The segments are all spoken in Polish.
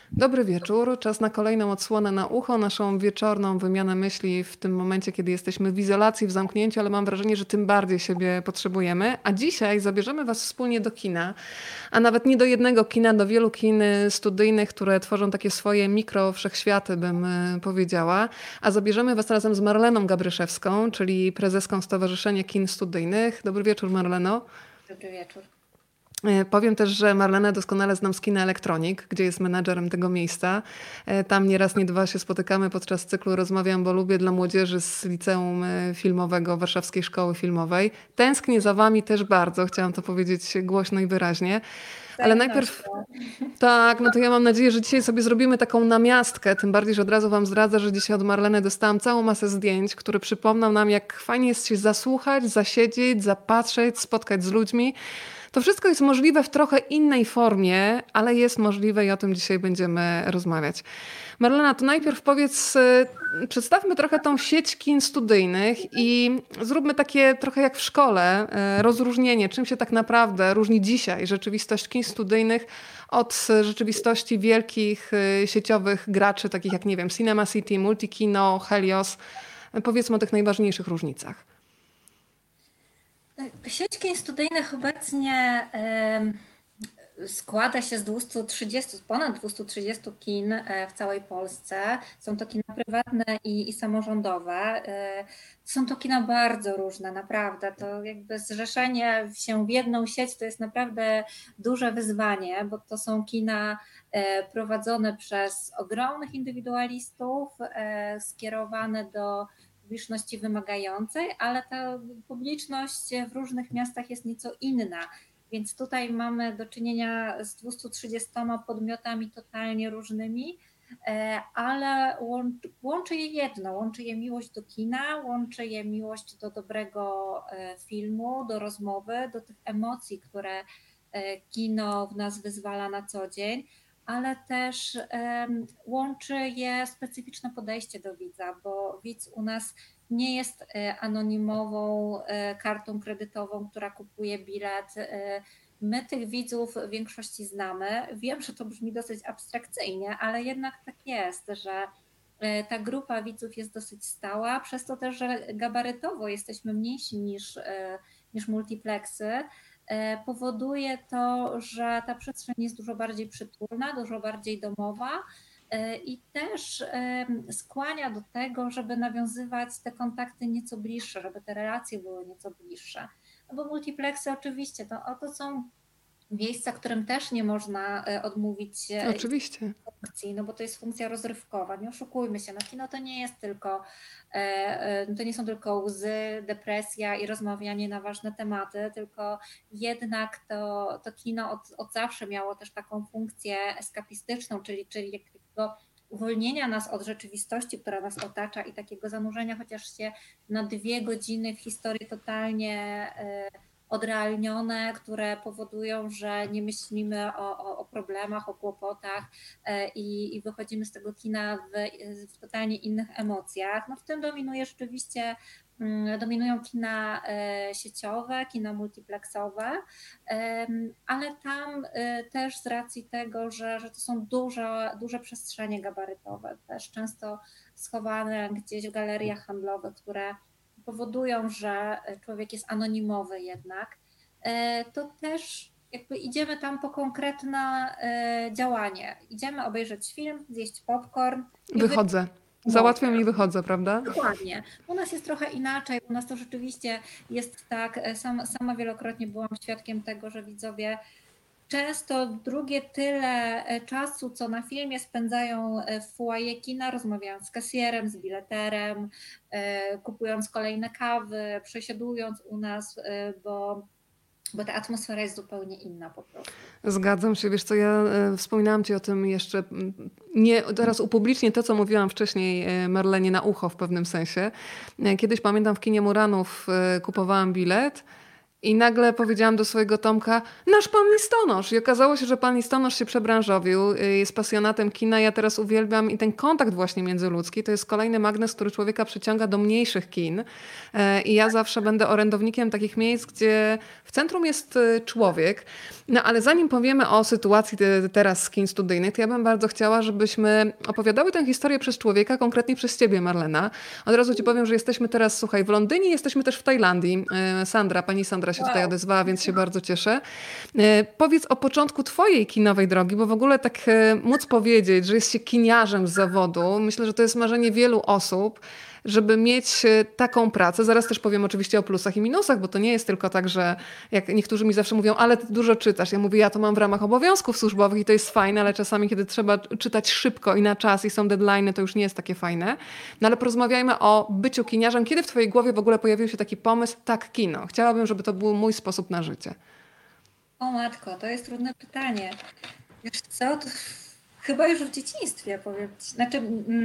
Dobry wieczór. Czas na kolejną odsłonę na ucho, naszą wieczorną wymianę myśli w tym momencie, kiedy jesteśmy w izolacji, w zamknięciu, ale mam wrażenie, że tym bardziej siebie potrzebujemy. A dzisiaj zabierzemy Was wspólnie do kina, a nawet nie do jednego kina, do wielu kin studyjnych, które tworzą takie swoje mikrowszechświaty, bym powiedziała. A zabierzemy Was razem z Marleną Gabryszewską, czyli prezeską Stowarzyszenia Kin Studyjnych. Dobry wieczór, Marleno. Dobry wieczór. Powiem też, że Marlenę doskonale znam z kina Elektronik, gdzie jest menadżerem tego miejsca. Tam nie raz, nie dwa się spotykamy podczas cyklu Rozmawiam, bo lubię dla młodzieży z Liceum Filmowego Warszawskiej Szkoły Filmowej. Tęsknię za wami też bardzo, chciałam to powiedzieć głośno i wyraźnie. Ale najpierw, tak, no to ja mam nadzieję, że dzisiaj sobie zrobimy taką namiastkę, tym bardziej, że od razu wam zdradzę, że dzisiaj od Marleny dostałam całą masę zdjęć, które przypomną nam, jak fajnie jest się zasłuchać, zasiedzieć, zapatrzeć, spotkać z ludźmi. To wszystko jest możliwe w trochę innej formie, ale jest możliwe i o tym dzisiaj będziemy rozmawiać. Marlena, to najpierw powiedz, przedstawmy trochę tą sieć kin studyjnych i zróbmy takie trochę jak w szkole rozróżnienie, czym się tak naprawdę różni dzisiaj rzeczywistość kin studyjnych od rzeczywistości wielkich sieciowych graczy, takich jak, nie wiem, Cinema City, Multikino, Helios. Powiedzmy o tych najważniejszych różnicach. Sieć kin studyjnych obecnie składa się z ponad 230 kin w całej Polsce. Są to kina prywatne i samorządowe. Są to kina bardzo różne, naprawdę. To jakby zrzeszenie się w jedną sieć to jest naprawdę duże wyzwanie, bo to są kina prowadzone przez ogromnych indywidualistów, skierowane do publiczności wymagającej, ale ta publiczność w różnych miastach jest nieco inna. Więc tutaj mamy do czynienia z 230 podmiotami totalnie różnymi, ale łączy je jedno, łączy je miłość do kina, łączy je miłość do dobrego filmu, do rozmowy, do tych emocji, które kino w nas wyzwala na co dzień, ale też łączy je specyficzne podejście do widza, bo widz u nas nie jest anonimową kartą kredytową, która kupuje bilet. My tych widzów w większości znamy. Wiem, że to brzmi dosyć abstrakcyjnie, ale jednak tak jest, że ta grupa widzów jest dosyć stała, przez to też, że gabarytowo jesteśmy mniejsi niż multiplexy, powoduje to, że ta przestrzeń jest dużo bardziej przytulna, dużo bardziej domowa i też skłania do tego, żeby nawiązywać te kontakty nieco bliższe, żeby te relacje były nieco bliższe. No bo multiplexy oczywiście to są miejsca, którym też nie można odmówić Oczywiście. funkcji, no bo to jest funkcja rozrywkowa, nie oszukujmy się, no kino to nie jest tylko, to nie są tylko łzy, depresja i rozmawianie na ważne tematy, tylko jednak to kino od zawsze miało też taką funkcję eskapistyczną, czyli takiego uwolnienia nas od rzeczywistości, która nas otacza i takiego zanurzenia chociaż się na 2 godziny w historii totalnie odrealnione, które powodują, że nie myślimy o problemach, o kłopotach i wychodzimy z tego kina w totalnie innych emocjach. No w tym dominują kina sieciowe, kina multiplexowe, ale tam też z racji tego, że to są duże przestrzenie gabarytowe, też często schowane gdzieś w galeriach handlowych, które powodują, że człowiek jest anonimowy jednak, to też jakby idziemy tam po konkretne działanie. Idziemy obejrzeć film, zjeść popcorn. Wychodzę. Załatwiam i wychodzę, prawda? Dokładnie. U nas jest trochę inaczej. U nas to rzeczywiście jest tak. Sama wielokrotnie byłam świadkiem tego, że widzowie często drugie tyle czasu, co na filmie, spędzają w foyer kina, rozmawiając z kasjerem, z bileterem, kupując kolejne kawy, przesiadując u nas, bo ta atmosfera jest zupełnie inna po prostu. Zgadzam się. Wiesz co, ja wspominałam ci o tym jeszcze, nie teraz upublicznię to, co mówiłam wcześniej Marlenie na ucho w pewnym sensie. Kiedyś pamiętam w kinie Muranów kupowałam bilet I nagle powiedziałam do swojego Tomka, nasz pan listonosz. I okazało się, że pan listonosz się przebranżowił, jest pasjonatem kina. Ja teraz uwielbiam i ten kontakt właśnie międzyludzki to jest kolejny magnes, który człowieka przyciąga do mniejszych kin. I ja zawsze będę orędownikiem takich miejsc, gdzie w centrum jest człowiek. No ale zanim powiemy o sytuacji teraz z kin studyjnych, to ja bym bardzo chciała, żebyśmy opowiadały tę historię przez człowieka, konkretnie przez ciebie, Marlena. Od razu ci powiem, że jesteśmy teraz, słuchaj, w Londynie, jesteśmy też w Tajlandii. Pani Sandra się tutaj Wow. odezwała, więc się bardzo cieszę. Powiedz o początku twojej kinowej drogi, bo w ogóle tak móc powiedzieć, że jest się kiniarzem z zawodu, myślę, że to jest marzenie wielu osób, żeby mieć taką pracę. Zaraz też powiem oczywiście o plusach i minusach, bo to nie jest tylko tak, że jak niektórzy mi zawsze mówią, ale ty dużo czytasz. Ja mówię, ja to mam w ramach obowiązków służbowych i to jest fajne, ale czasami, kiedy trzeba czytać szybko i na czas i są deadline'y, to już nie jest takie fajne. No ale porozmawiajmy o byciu kiniarzem. Kiedy w twojej głowie w ogóle pojawił się taki pomysł, tak, kino. Chciałabym, żeby to był mój sposób na życie. O matko, to jest trudne pytanie. Wiesz co, to chyba już w dzieciństwie powiem ci. Znaczy,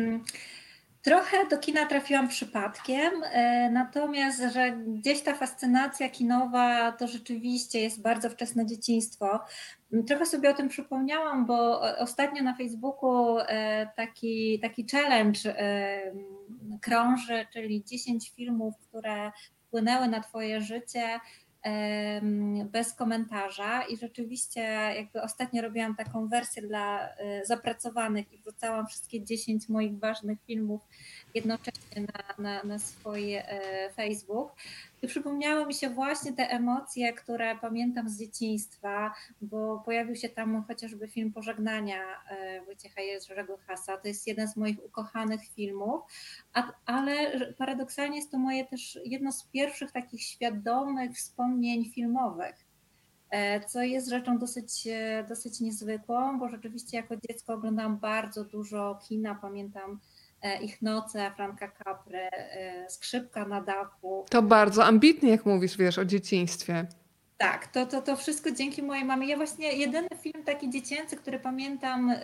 trochę do kina trafiłam przypadkiem, natomiast, że gdzieś ta fascynacja kinowa to rzeczywiście jest bardzo wczesne dzieciństwo. Trochę sobie o tym przypomniałam, bo ostatnio na Facebooku taki challenge krąży, czyli 10 filmów, które wpłynęły na twoje życie bez komentarza i rzeczywiście jakby ostatnio robiłam taką wersję dla zapracowanych i wrzucałam wszystkie 10 moich ważnych filmów jednocześnie na swój Facebook. I przypomniały mi się właśnie te emocje, które pamiętam z dzieciństwa, bo pojawił się tam chociażby film Pożegnania Wojciecha Jerzego Hasa. To jest jeden z moich ukochanych filmów, ale paradoksalnie jest to moje też jedno z pierwszych takich świadomych wspomnień filmowych, co jest rzeczą dosyć niezwykłą, bo rzeczywiście jako dziecko oglądałam bardzo dużo kina, pamiętam Ich noce, Franka Capry, Skrzypka na dachu. To bardzo ambitnie, jak mówisz, wiesz, o dzieciństwie. Tak, to wszystko dzięki mojej mamie. Ja właśnie jedyny film taki dziecięcy, który pamiętam,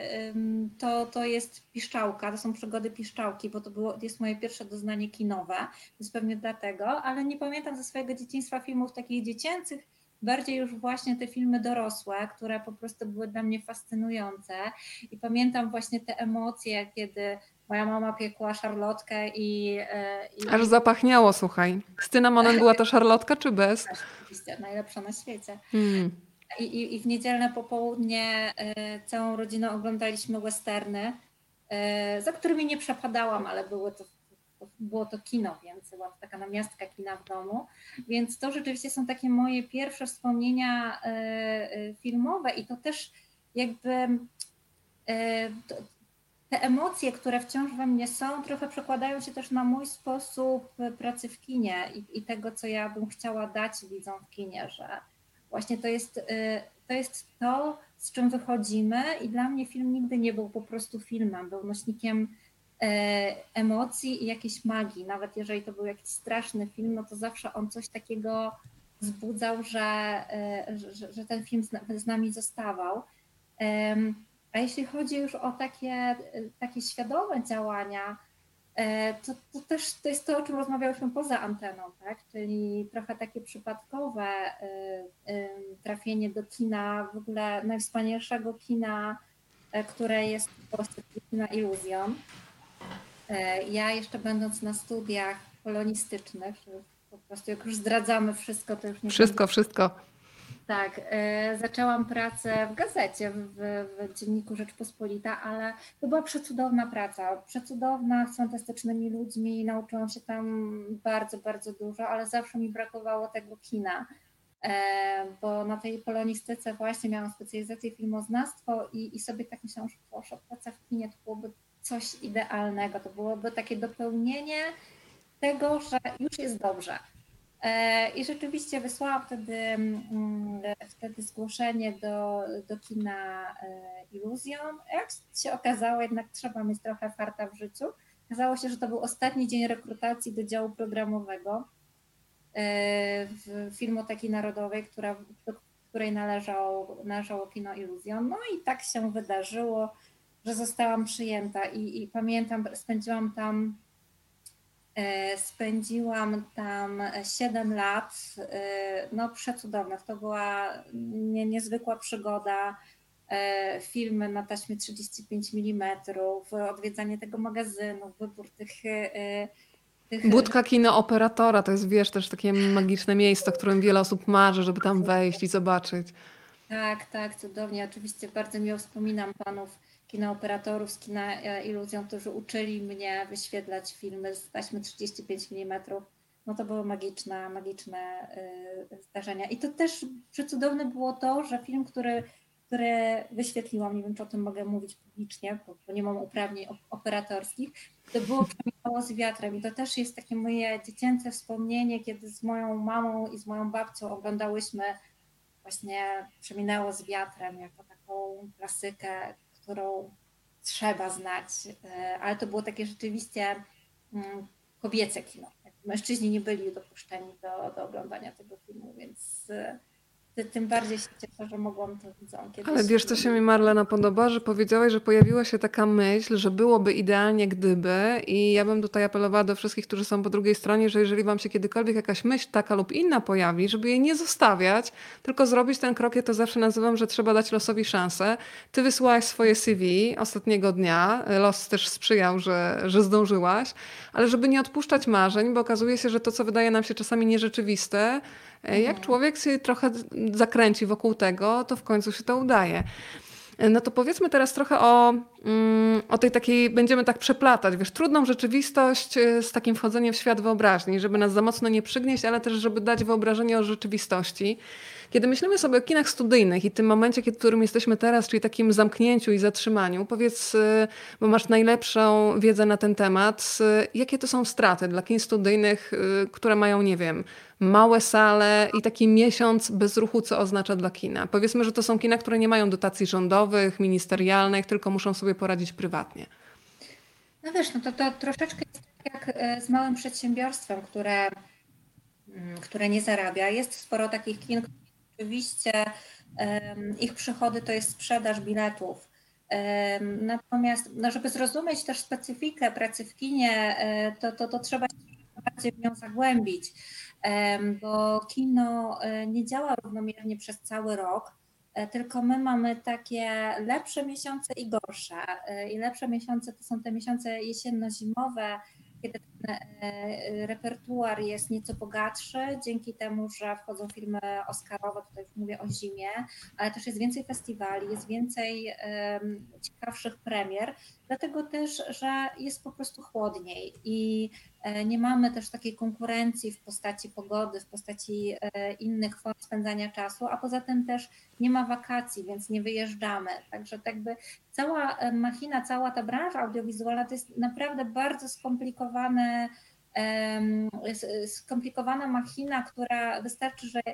to jest Piszczałka, to są przygody Piszczałki, bo jest moje pierwsze doznanie kinowe, więc pewnie dlatego, ale nie pamiętam ze swojego dzieciństwa filmów takich dziecięcych, bardziej już właśnie te filmy dorosłe, które po prostu były dla mnie fascynujące i pamiętam właśnie te emocje, kiedy moja mama piekła szarlotkę Aż zapachniało, słuchaj. Z cynamonem była ta szarlotka, czy bez? oczywiście najlepsza na świecie. Hmm. I w niedzielne popołudnie całą rodziną oglądaliśmy westerny, za którymi nie przepadałam, ale było to kino, więc była to taka namiastka kina w domu. Więc to rzeczywiście są takie moje pierwsze wspomnienia filmowe i to też jakby te emocje, które wciąż we mnie są, trochę przekładają się też na mój sposób pracy w kinie i tego, co ja bym chciała dać widzom w kinie, że właśnie to jest to, z czym wychodzimy i dla mnie film nigdy nie był po prostu filmem, był nośnikiem emocji i jakiejś magii. Nawet jeżeli to był jakiś straszny film, no to zawsze on coś takiego wzbudzał, że ten film z nami zostawał. A jeśli chodzi już o takie świadome działania, to też to jest to, o czym rozmawiałyśmy poza anteną, tak? Czyli trochę takie przypadkowe trafienie do kina, w ogóle najwspanialszego kina, które jest w Polsce, czyli kina Iluzjon. Ja jeszcze będąc na studiach polonistycznych, po prostu jak już zdradzamy wszystko, to już nie Wszystko. Tak, zaczęłam pracę w gazecie, w Dzienniku Rzeczpospolita, ale to była przecudowna praca, przecudowna, z fantastycznymi ludźmi, nauczyłam się tam bardzo, bardzo dużo, ale zawsze mi brakowało tego kina, bo na tej polonistyce właśnie miałam specjalizację filmoznawstwo i sobie tak myślałam, że proszę, praca w kinie to byłoby coś idealnego, to byłoby takie dopełnienie tego, że już jest dobrze. I rzeczywiście wysłałam wtedy zgłoszenie do kina Iluzjon. Jak się okazało, jednak trzeba mieć trochę farta w życiu. Okazało się, że to był ostatni dzień rekrutacji do działu programowego w Filmoteki Narodowej, do której należało kino Iluzjon. No i tak się wydarzyło, że zostałam przyjęta i pamiętam, spędziłam tam Spędziłam tam 7 lat, no przecudownych. To była niezwykła przygoda. Filmy na taśmie 35 mm, odwiedzanie tego magazynu, wybór tych. Budka kino operatora to jest, wiesz, też takie magiczne miejsce, o którym wiele osób marzy, żeby tam wejść i zobaczyć. Tak, tak, cudownie. Oczywiście bardzo miło wspominam panów kinooperatorów z kina Iluzją, którzy uczyli mnie wyświetlać filmy z taśmy 35 mm. No to były magiczne zdarzenia. I to też przecudowne było to, że film, który wyświetliłam, nie wiem, czy o tym mogę mówić publicznie, bo nie mam uprawnień operatorskich, to było Przeminało z wiatrem. I to też jest takie moje dziecięce wspomnienie, kiedy z moją mamą i z moją babcią oglądałyśmy właśnie Przeminęło z wiatrem jako taką klasykę, którą trzeba znać, ale to było takie rzeczywiście kobiece kino. Mężczyźni nie byli dopuszczeni do oglądania tego filmu, więc tym bardziej się cieszę, że mogłam to widzom kiedyś. Ale wiesz, co się mi, Marlena, podoba? Że powiedziałaś, że pojawiła się taka myśl, że byłoby idealnie gdyby, i ja bym tutaj apelowała do wszystkich, którzy są po drugiej stronie, że jeżeli wam się kiedykolwiek jakaś myśl taka lub inna pojawi, żeby jej nie zostawiać, tylko zrobić ten krok. Ja to zawsze nazywam, że trzeba dać losowi szansę. Ty wysłałaś swoje CV ostatniego dnia, los też sprzyjał, że zdążyłaś, ale żeby nie odpuszczać marzeń, bo okazuje się, że to, co wydaje nam się czasami nierzeczywiste, jak człowiek się trochę zakręci wokół tego, to w końcu się to udaje. No to powiedzmy teraz trochę o tej takiej, będziemy tak przeplatać, wiesz, trudną rzeczywistość z takim wchodzeniem w świat wyobraźni, żeby nas za mocno nie przygnieść, ale też żeby dać wyobrażenie o rzeczywistości. Kiedy myślimy sobie o kinach studyjnych i tym momencie, w którym jesteśmy teraz, czyli takim zamknięciu i zatrzymaniu, powiedz, bo masz najlepszą wiedzę na ten temat, jakie to są straty dla kin studyjnych, które mają, nie wiem, małe sale i taki miesiąc bez ruchu, co oznacza dla kina. Powiedzmy, że to są kina, które nie mają dotacji rządowych, ministerialnych, tylko muszą sobie poradzić prywatnie. No wiesz, no to troszeczkę jest tak jak z małym przedsiębiorstwem, które nie zarabia. Jest sporo takich kin, które oczywiście ich przychody to jest sprzedaż biletów. Natomiast, no żeby zrozumieć też specyfikę pracy w kinie, to trzeba się bardziej w nią zagłębić, bo kino nie działa równomiernie przez cały rok, tylko my mamy takie lepsze miesiące i gorsze. I lepsze miesiące to są te miesiące jesienno-zimowe, kiedy ten repertuar jest nieco bogatszy, dzięki temu, że wchodzą filmy oscarowe, tutaj już mówię o zimie, ale też jest więcej festiwali, jest więcej ciekawszych premier, dlatego też, że jest po prostu chłodniej i nie mamy też takiej konkurencji w postaci pogody, w postaci innych form spędzania czasu, a poza tym też nie ma wakacji, więc nie wyjeżdżamy. Także tak jakby cała machina, cała ta branża audiowizualna to jest naprawdę bardzo skomplikowana machina, która wystarczy, że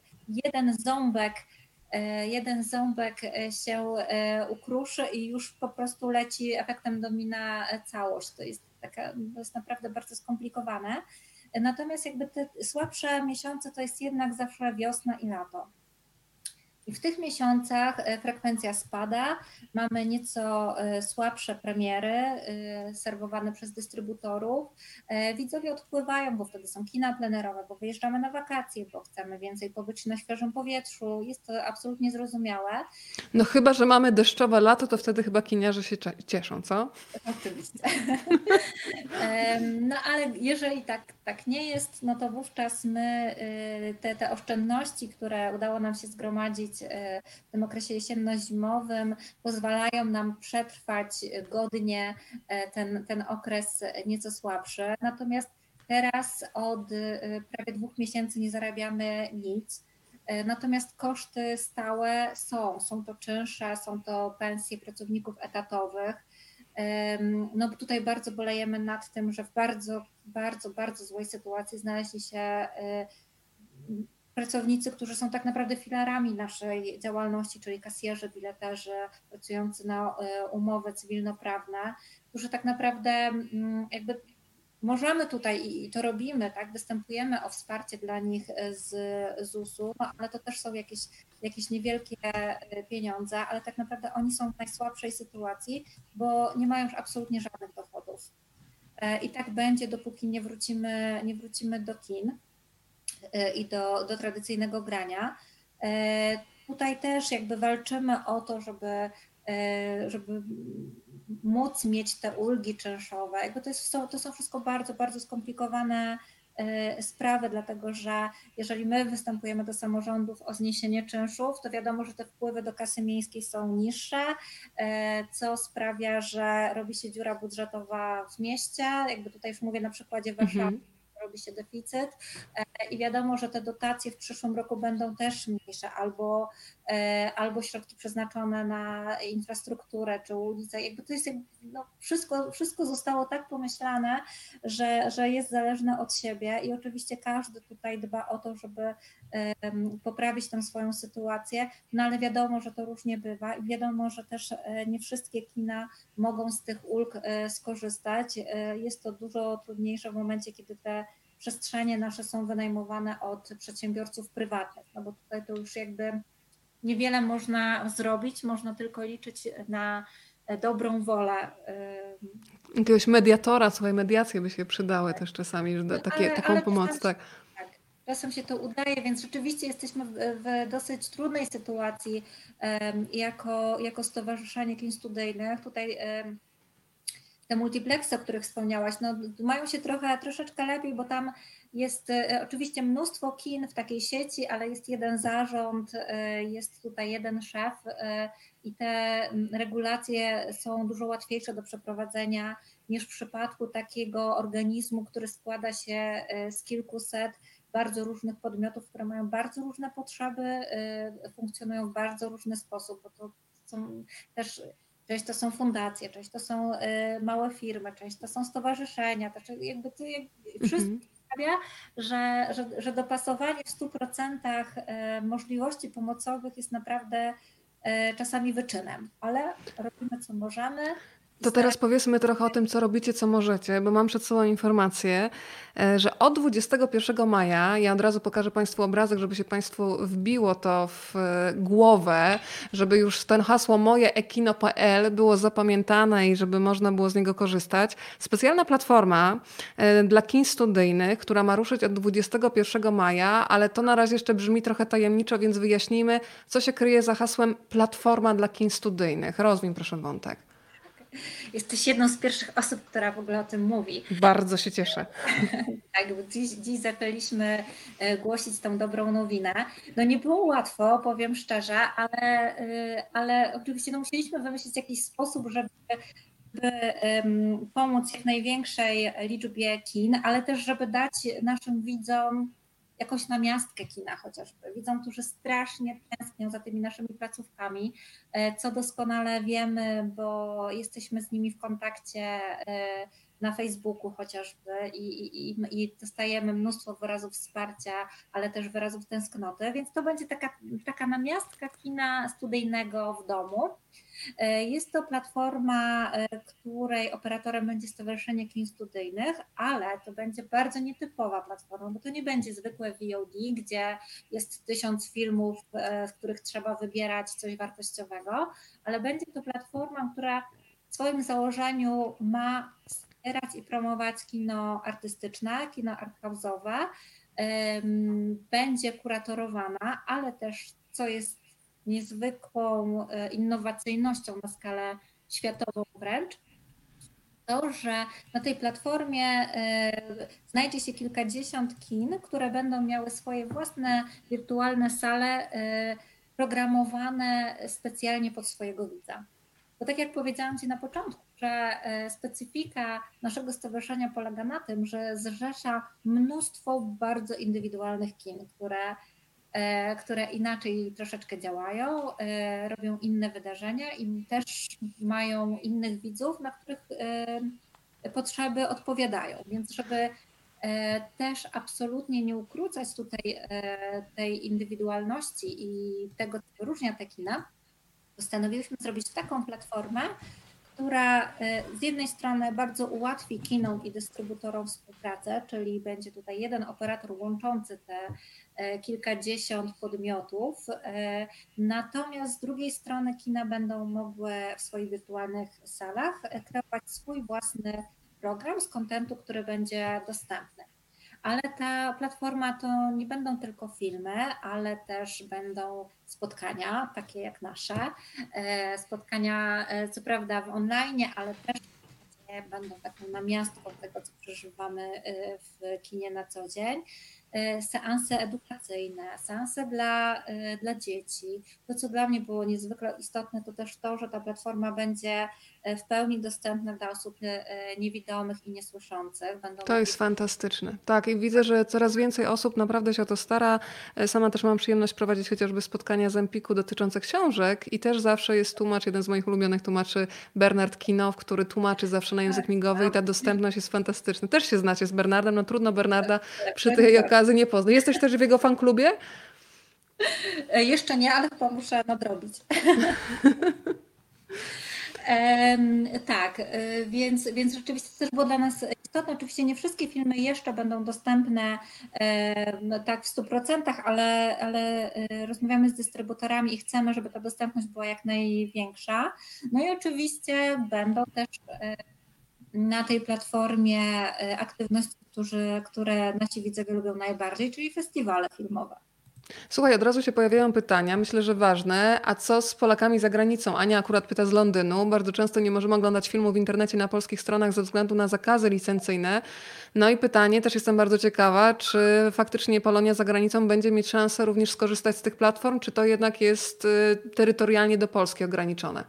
jeden ząbek się ukruszy i już po prostu leci efektem domina całość. To jest naprawdę bardzo skomplikowane. Natomiast jakby te słabsze miesiące to jest jednak zawsze wiosna i lato. I w tych miesiącach frekwencja spada, mamy nieco słabsze premiery serwowane przez dystrybutorów. Widzowie odpływają, bo wtedy są kina plenerowe, bo wyjeżdżamy na wakacje, bo chcemy więcej pobyć na świeżym powietrzu. Jest to absolutnie zrozumiałe. No chyba, że mamy deszczowe lato, to wtedy chyba kiniarze się cieszą, co? Oczywiście. No ale jeżeli tak nie jest, no to wówczas my te oszczędności, które udało nam się zgromadzić w tym okresie jesienno-zimowym, pozwalają nam przetrwać godnie ten okres nieco słabszy. Natomiast teraz od prawie 2 miesięcy nie zarabiamy nic. Natomiast koszty stałe są to czynsze, są to pensje pracowników etatowych. No tutaj bardzo bolejemy nad tym, że w bardzo złej sytuacji znaleźli się pracownicy, którzy są tak naprawdę filarami naszej działalności, czyli kasjerzy, bileterzy pracujący na umowy cywilnoprawne, którzy tak naprawdę jakby możemy tutaj i to robimy, tak, występujemy o wsparcie dla nich z ZUS-u, no, ale to też są jakieś niewielkie pieniądze, ale tak naprawdę oni są w najsłabszej sytuacji, bo nie mają już absolutnie żadnych dochodów. I tak będzie, dopóki nie wrócimy do kin i do tradycyjnego grania. Tutaj też jakby walczymy o to, żeby móc mieć te ulgi czynszowe. Jakby to są wszystko bardzo, bardzo skomplikowane sprawy, dlatego że jeżeli my występujemy do samorządów o zniesienie czynszów, to wiadomo, że te wpływy do kasy miejskiej są niższe, co sprawia, że robi się dziura budżetowa w mieście. Jakby tutaj już mówię na przykładzie Warszawy, robi się deficyt i wiadomo, że te dotacje w przyszłym roku będą też mniejsze, albo środki przeznaczone na infrastrukturę czy ulice. Jakby to jest wszystko zostało tak pomyślane, że jest zależne od siebie i oczywiście każdy tutaj dba o to, żeby poprawić tę swoją sytuację, no ale wiadomo, że to różnie bywa i wiadomo, że też nie wszystkie kina mogą z tych ulg skorzystać. Jest to dużo trudniejsze w momencie, kiedy te przestrzenie nasze są wynajmowane od przedsiębiorców prywatnych, no bo tutaj to już jakby niewiele można zrobić, można tylko liczyć na dobrą wolę. Jakiegoś mediatora, słuchaj, mediacje by się przydały też czasami, że taką pomoc, tak. Czasem się to udaje, więc rzeczywiście jesteśmy w dosyć trudnej sytuacji jako Stowarzyszenie Kin Studyjnych. Tutaj te multiplexy, o których wspomniałaś, no, mają się troszeczkę lepiej, bo tam jest oczywiście mnóstwo kin w takiej sieci, ale jest jeden zarząd, jest tutaj jeden szef i te regulacje są dużo łatwiejsze do przeprowadzenia niż w przypadku takiego organizmu, który składa się z kilkuset bardzo różnych podmiotów, które mają bardzo różne potrzeby, funkcjonują w bardzo różny sposób, bo to są też część to są fundacje, część to są małe firmy, część to są stowarzyszenia, to jakby wszystko sprawia, że dopasowanie w 100% możliwości pomocowych jest naprawdę czasami wyczynem, ale robimy co możemy. To teraz powiedzmy trochę o tym, co robicie, co możecie, bo mam przed sobą informację, że od 21 maja, ja od razu pokażę Państwu obrazek, żeby się Państwu wbiło to w głowę, żeby już ten hasło mojeekino.pl było zapamiętane i żeby można było z niego korzystać. Specjalna platforma dla kin studyjnych, która ma ruszyć od 21 maja, ale to na razie jeszcze brzmi trochę tajemniczo, więc wyjaśnijmy, co się kryje za hasłem platforma dla kin studyjnych. Rozwin proszę wątek. Jesteś jedną z pierwszych osób, która w ogóle o tym mówi. Bardzo się cieszę. Tak, bo dziś zaczęliśmy głosić tą dobrą nowinę. No nie było łatwo, powiem szczerze, ale oczywiście no musieliśmy wymyślić jakiś sposób, żeby pomóc jak największej liczbie kin, ale też żeby dać naszym widzom jakąś namiastkę kina chociażby. Widzom, którzy strasznie tęsknią za tymi naszymi placówkami, co doskonale wiemy, bo jesteśmy z nimi w kontakcie na Facebooku chociażby i dostajemy mnóstwo wyrazów wsparcia, ale też wyrazów tęsknoty, więc to będzie taka namiastka kina studyjnego w domu. Jest to platforma, której operatorem będzie Stowarzyszenie Kin Studyjnych, ale to będzie bardzo nietypowa platforma, bo to nie będzie zwykłe VOD, gdzie jest 1000 filmów, z których trzeba wybierać coś wartościowego, ale będzie to platforma, która w swoim założeniu ma wspierać i promować kino artystyczne, kino arthouse'owe, będzie kuratorowana, ale też, co jest niezwykłą innowacyjnością na skalę światową wręcz, to, że na tej platformie znajdzie się kilkadziesiąt kin, które będą miały swoje własne wirtualne sale programowane specjalnie pod swojego widza. Bo tak jak powiedziałam Ci na początku, że specyfika naszego stowarzyszenia polega na tym, że zrzesza mnóstwo bardzo indywidualnych kin, które inaczej troszeczkę działają, robią inne wydarzenia i też mają innych widzów, na których potrzeby odpowiadają. Więc żeby też absolutnie nie ukrócać tutaj tej indywidualności i tego, co wyróżnia te kina, postanowiliśmy zrobić taką platformę, która z jednej strony bardzo ułatwi kinom i dystrybutorom współpracę, czyli będzie tutaj jeden operator łączący te kilkadziesiąt podmiotów, natomiast z drugiej strony kina będą mogły w swoich wirtualnych salach kreować swój własny program z kontentu, który będzie dostępny. Ale ta platforma to nie będą tylko filmy, ale też będą spotkania, takie jak nasze. Spotkania co prawda w online, ale też będą taką namiastką tego, co przeżywamy w kinie na co dzień. Seanse edukacyjne, seanse dla dzieci. To, co dla mnie było niezwykle istotne, to też to, że ta platforma będzie w pełni dostępna dla osób niewidomych i niesłyszących. Będą To mogli. jest fantastyczne. Tak, i widzę, że coraz więcej osób naprawdę się o to stara. Sama też mam przyjemność prowadzić chociażby spotkania z Empiku dotyczące książek i też zawsze jest tłumacz, jeden z moich ulubionych tłumaczy, Bernard Kinow, który tłumaczy zawsze na język migowy i ta dostępność jest fantastyczna. Też się znacie z Bernardem, no trudno Bernarda przy tej okazji nie poznać. Jesteś też w jego fanklubie? Jeszcze nie, ale chyba muszę nadrobić. Tak, więc rzeczywiście to też było dla nas istotne. Oczywiście nie wszystkie filmy jeszcze będą dostępne tak w 100%, ale rozmawiamy z dystrybutorami i chcemy, żeby ta dostępność była jak największa. No i oczywiście będą też na tej platformie aktywności, które nasi widzowie lubią najbardziej, czyli festiwale filmowe. Słuchaj, od razu się pojawiają pytania, myślę, że ważne. A co z Polakami za granicą? Ania akurat pyta z Londynu. Bardzo często nie możemy oglądać filmów w internecie na polskich stronach ze względu na zakazy licencyjne. No i pytanie, też jestem bardzo ciekawa, czy faktycznie Polonia za granicą będzie mieć szansę również skorzystać z tych platform, czy to jednak jest terytorialnie do Polski ograniczone?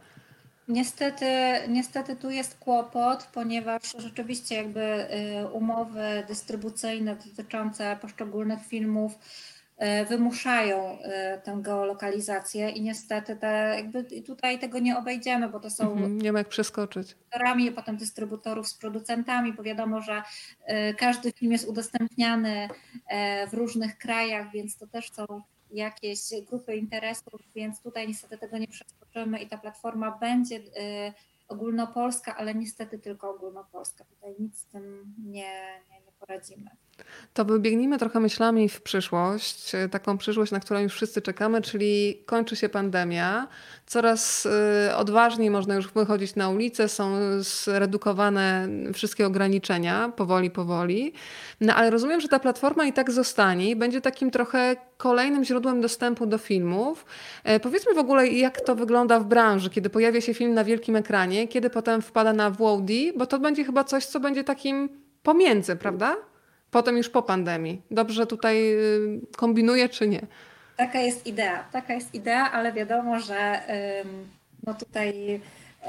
Niestety tu jest kłopot, ponieważ rzeczywiście jakby umowy dystrybucyjne dotyczące poszczególnych filmów wymuszają tę geolokalizację i niestety jakby tutaj tego nie obejdziemy, bo to są Nie ma jak przeskoczyć. potem dystrybutorów z producentami, bo wiadomo, że każdy film jest udostępniany w różnych krajach, więc to też są jakieś grupy interesów, więc tutaj niestety tego nie przeskoczymy i ta platforma będzie ogólnopolska, ale niestety tylko ogólnopolska. Tutaj nic z tym nie poradzimy. To wybiegnijmy trochę myślami w przyszłość, taką przyszłość, na którą już wszyscy czekamy, czyli kończy się pandemia. Coraz odważniej można już wychodzić na ulicę, są zredukowane wszystkie ograniczenia, powoli. No ale rozumiem, że ta platforma i tak zostanie i będzie takim trochę kolejnym źródłem dostępu do filmów. Powiedzmy w ogóle, jak to wygląda w branży, kiedy pojawia się film na wielkim ekranie, kiedy potem wpada na VOD, bo to będzie chyba coś, co będzie takim pomiędzy, prawda? Potem już po pandemii. Dobrze tutaj kombinuję, czy nie? Taka jest idea, ale wiadomo, że no tutaj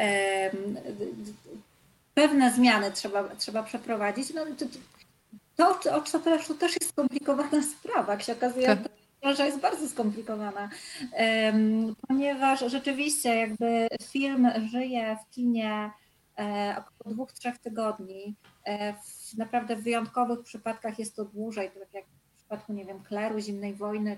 pewne zmiany trzeba przeprowadzić. No, to też jest skomplikowana sprawa. Jak się okazuje, Tak. branża jest bardzo skomplikowana, ponieważ rzeczywiście jakby film żyje w kinie około 2-3 tygodni. W naprawdę wyjątkowych przypadkach jest to dłużej, tak jak w przypadku, nie wiem, Kleru, Zimnej Wojny,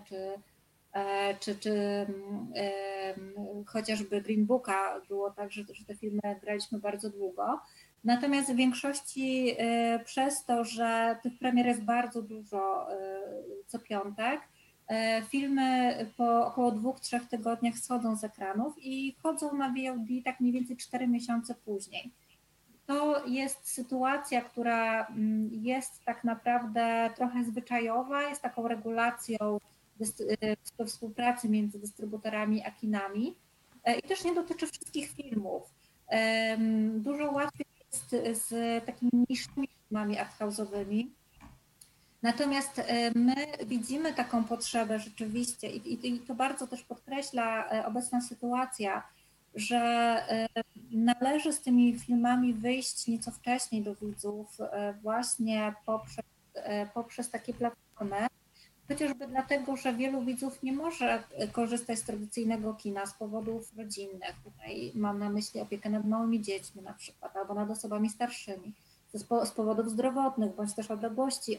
czy chociażby Green Booka było tak, że te filmy graliśmy bardzo długo. Natomiast w większości przez to, że tych premier jest bardzo dużo co piątek, filmy po około 2-3 tygodniach schodzą z ekranów i chodzą na VOD tak mniej więcej 4 miesiące później. To jest sytuacja, która jest tak naprawdę trochę zwyczajowa, jest taką regulacją we współpracy między dystrybutorami a kinami i też nie dotyczy wszystkich filmów. Dużo łatwiej jest z takimi mniejszymi filmami arthouse'owymi. Natomiast my widzimy taką potrzebę rzeczywiście i to bardzo też podkreśla obecna sytuacja, że należy z tymi filmami wyjść nieco wcześniej do widzów właśnie poprzez takie platformy, chociażby dlatego, że wielu widzów nie może korzystać z tradycyjnego kina z powodów rodzinnych. Tutaj mam na myśli opiekę nad małymi dziećmi na przykład, albo nad osobami starszymi, z powodów zdrowotnych, bądź też odległości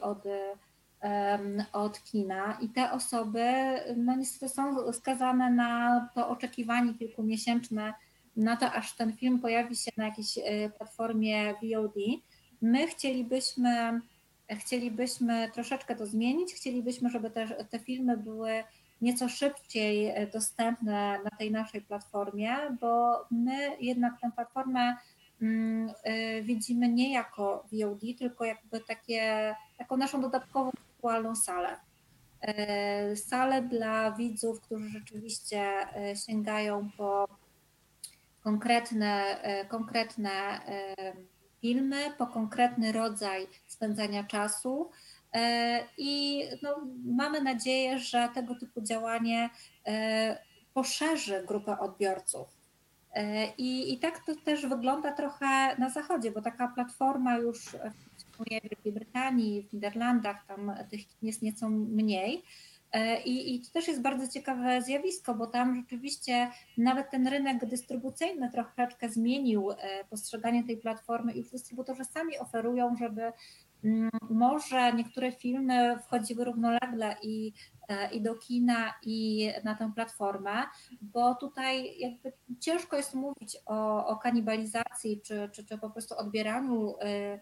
od kina i te osoby no niestety są skazane na to oczekiwanie kilkumiesięczne, na to aż ten film pojawi się na jakiejś platformie VOD. My chcielibyśmy troszeczkę to zmienić, chcielibyśmy, żeby te filmy były nieco szybciej dostępne na tej naszej platformie, bo my jednak tę platformę widzimy nie jako VOD, tylko jakby taką naszą dodatkową wirtualną salę. Salę dla widzów, którzy rzeczywiście sięgają po konkretne filmy, po konkretny rodzaj spędzania czasu. I no, mamy nadzieję, że tego typu działanie poszerzy grupę odbiorców. I tak to też wygląda trochę na zachodzie, bo taka platforma już funkcjonuje w Wielkiej Brytanii, w Niderlandach, tam tych kin jest nieco mniej. I to też jest bardzo ciekawe zjawisko, bo tam rzeczywiście nawet ten rynek dystrybucyjny troszeczkę zmienił postrzeganie tej platformy i już dystrybutorzy sami oferują, żeby może niektóre filmy wchodziły równolegle i do kina, i na tę platformę, bo tutaj jakby ciężko jest mówić o kanibalizacji czy po prostu odbieraniu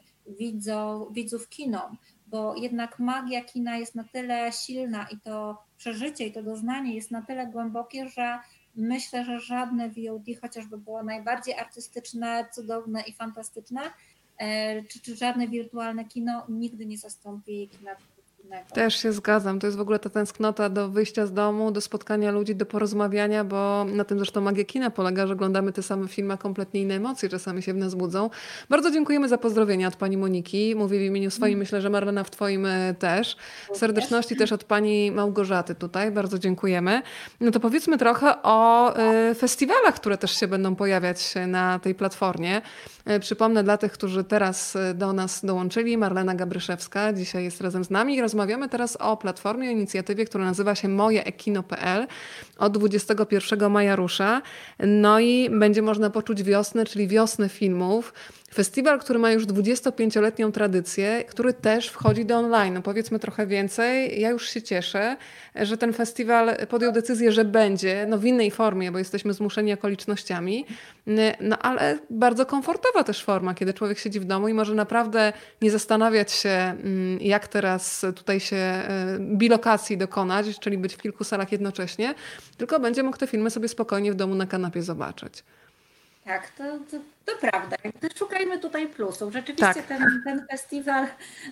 widzów kinom, bo jednak magia kina jest na tyle silna i to przeżycie i to doznanie jest na tyle głębokie, że myślę, że żadne VOD, chociażby było najbardziej artystyczne, cudowne i fantastyczne, czy żadne wirtualne kino nigdy nie zastąpi kina tradycyjnego. Też się zgadzam. To jest w ogóle ta tęsknota do wyjścia z domu, do spotkania ludzi, do porozmawiania, bo na tym zresztą magia kina polega, że oglądamy te same filmy, a kompletnie inne emocje czasami się w nas budzą. Bardzo dziękujemy za pozdrowienia od pani Moniki. Mówię w imieniu swoim, myślę, że Marlena w twoim też. Serdeczności też od pani Małgorzaty tutaj. Bardzo dziękujemy. No to powiedzmy trochę o festiwalach, które też się będą pojawiać na tej platformie. Przypomnę dla tych, którzy teraz do nas dołączyli, Marlena Gabryszewska dzisiaj jest razem z nami i rozmawiamy teraz o platformie, o inicjatywie, która nazywa się mojeekino.pl. Od 21 maja rusza. No i będzie można poczuć wiosnę, czyli wiosnę filmów. Festiwal, który ma już 25-letnią tradycję, który też wchodzi do online. No powiedzmy trochę więcej. Ja już się cieszę, że ten festiwal podjął decyzję, że będzie w innej formie, bo jesteśmy zmuszeni okolicznościami. No ale bardzo komfortowa też forma, kiedy człowiek siedzi w domu i może naprawdę nie zastanawiać się, jak teraz tutaj się bilokacji dokonać, czyli być w kilku salach jednocześnie, tylko będzie mógł te filmy sobie spokojnie w domu na kanapie zobaczyć. Tak, to prawda. Szukajmy tutaj plusów. Rzeczywiście Tak. ten festiwal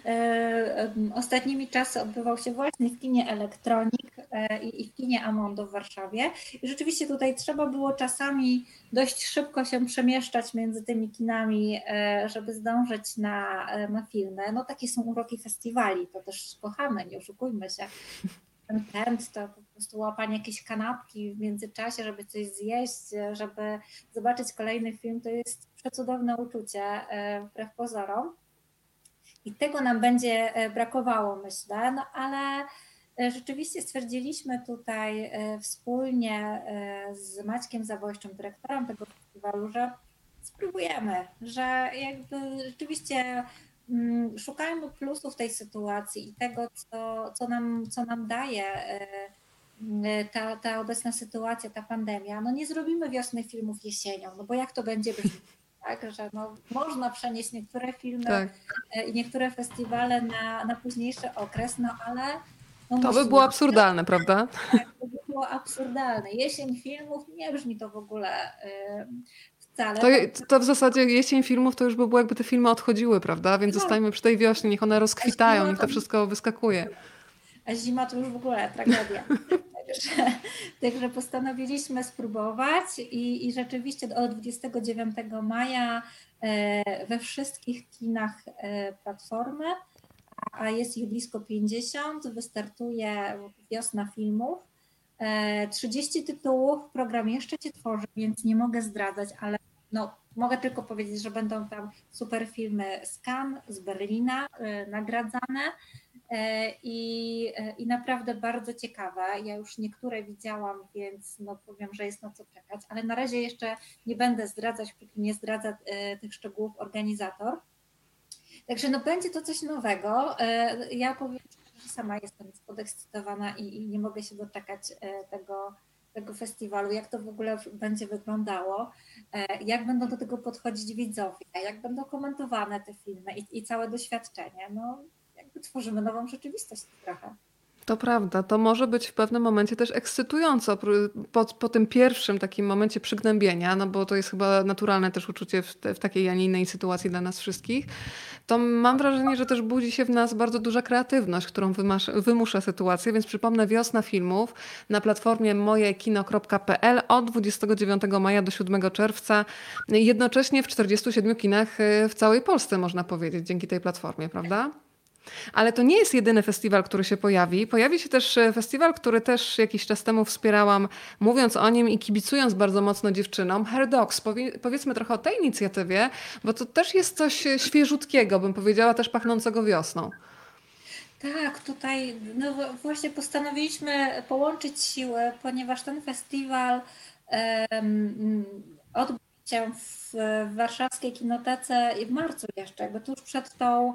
ostatnimi czasy odbywał się właśnie w kinie Elektronik i w kinie Amondo w Warszawie. I rzeczywiście tutaj trzeba było czasami dość szybko się przemieszczać między tymi kinami, żeby zdążyć na filmy. No takie są uroki festiwali, to też kochamy, nie oszukujmy się. Ten trend to po prostu łapanie jakiejś kanapki w międzyczasie, żeby coś zjeść, żeby zobaczyć kolejny film, to jest przecudowne uczucie, wbrew pozorom. I tego nam będzie brakowało, myślę, no ale rzeczywiście stwierdziliśmy tutaj wspólnie z Maćkiem Zabojszczym, dyrektorem tego festiwalu, że spróbujemy, że jakby rzeczywiście szukajmy plusów tej sytuacji i tego, co nam daje ta obecna sytuacja, ta pandemia. No nie zrobimy wiosny filmów jesienią, no bo jak to będzie brzmieć, tak, że no, można przenieść niektóre filmy i niektóre festiwale na późniejszy okres, no ale no To by było absurdalne, prawda? Tak, to by było absurdalne. Jesień filmów, nie brzmi to w ogóle wcale. To w zasadzie jesień filmów to już by było, jakby te filmy odchodziły, prawda? Więc zostańmy przy tej wiośnie, niech one rozkwitają, niech to wszystko wyskakuje. A zima to już w ogóle tragedia. Także postanowiliśmy spróbować i rzeczywiście od 29 maja we wszystkich kinach platformy, a jest ich blisko 50, wystartuje wiosna filmów. 30 tytułów, program jeszcze się tworzy, więc nie mogę zdradzać, ale no, mogę tylko powiedzieć, że będą tam super filmy z Cannes, z Berlina nagradzane i naprawdę bardzo ciekawe. Ja już niektóre widziałam, więc no powiem, że jest na co czekać, ale na razie jeszcze nie będę zdradzać, póki nie zdradza tych szczegółów organizator. Także no będzie to coś nowego. Ja powiem, że sama jestem podekscytowana i nie mogę się doczekać tego festiwalu, jak to w ogóle będzie wyglądało, jak będą do tego podchodzić widzowie, jak będą komentowane te filmy i całe doświadczenie. No jakby tworzymy nową rzeczywistość trochę. To prawda, to może być w pewnym momencie też ekscytująco po tym pierwszym takim momencie przygnębienia, no bo to jest chyba naturalne też uczucie w takiej, a nie innej sytuacji dla nas wszystkich. To mam wrażenie, że też budzi się w nas bardzo duża kreatywność, którą wymusza sytuacja, więc przypomnę, Wiosna Filmów na platformie mojekino.pl od 29 maja do 7 czerwca, jednocześnie w 47 kinach w całej Polsce, można powiedzieć, dzięki tej platformie, prawda? Ale to nie jest jedyny festiwal, który się pojawi. Pojawi się też festiwal, który też jakiś czas temu wspierałam, mówiąc o nim i kibicując bardzo mocno dziewczynom. Hair Dogs. Powiedzmy trochę o tej inicjatywie, bo to też jest coś świeżutkiego, bym powiedziała, też pachnącego wiosną. Tak, tutaj no właśnie postanowiliśmy połączyć siły, ponieważ ten festiwal em, odbył się w warszawskiej kinotece i w marcu jeszcze, jakby tuż przed tą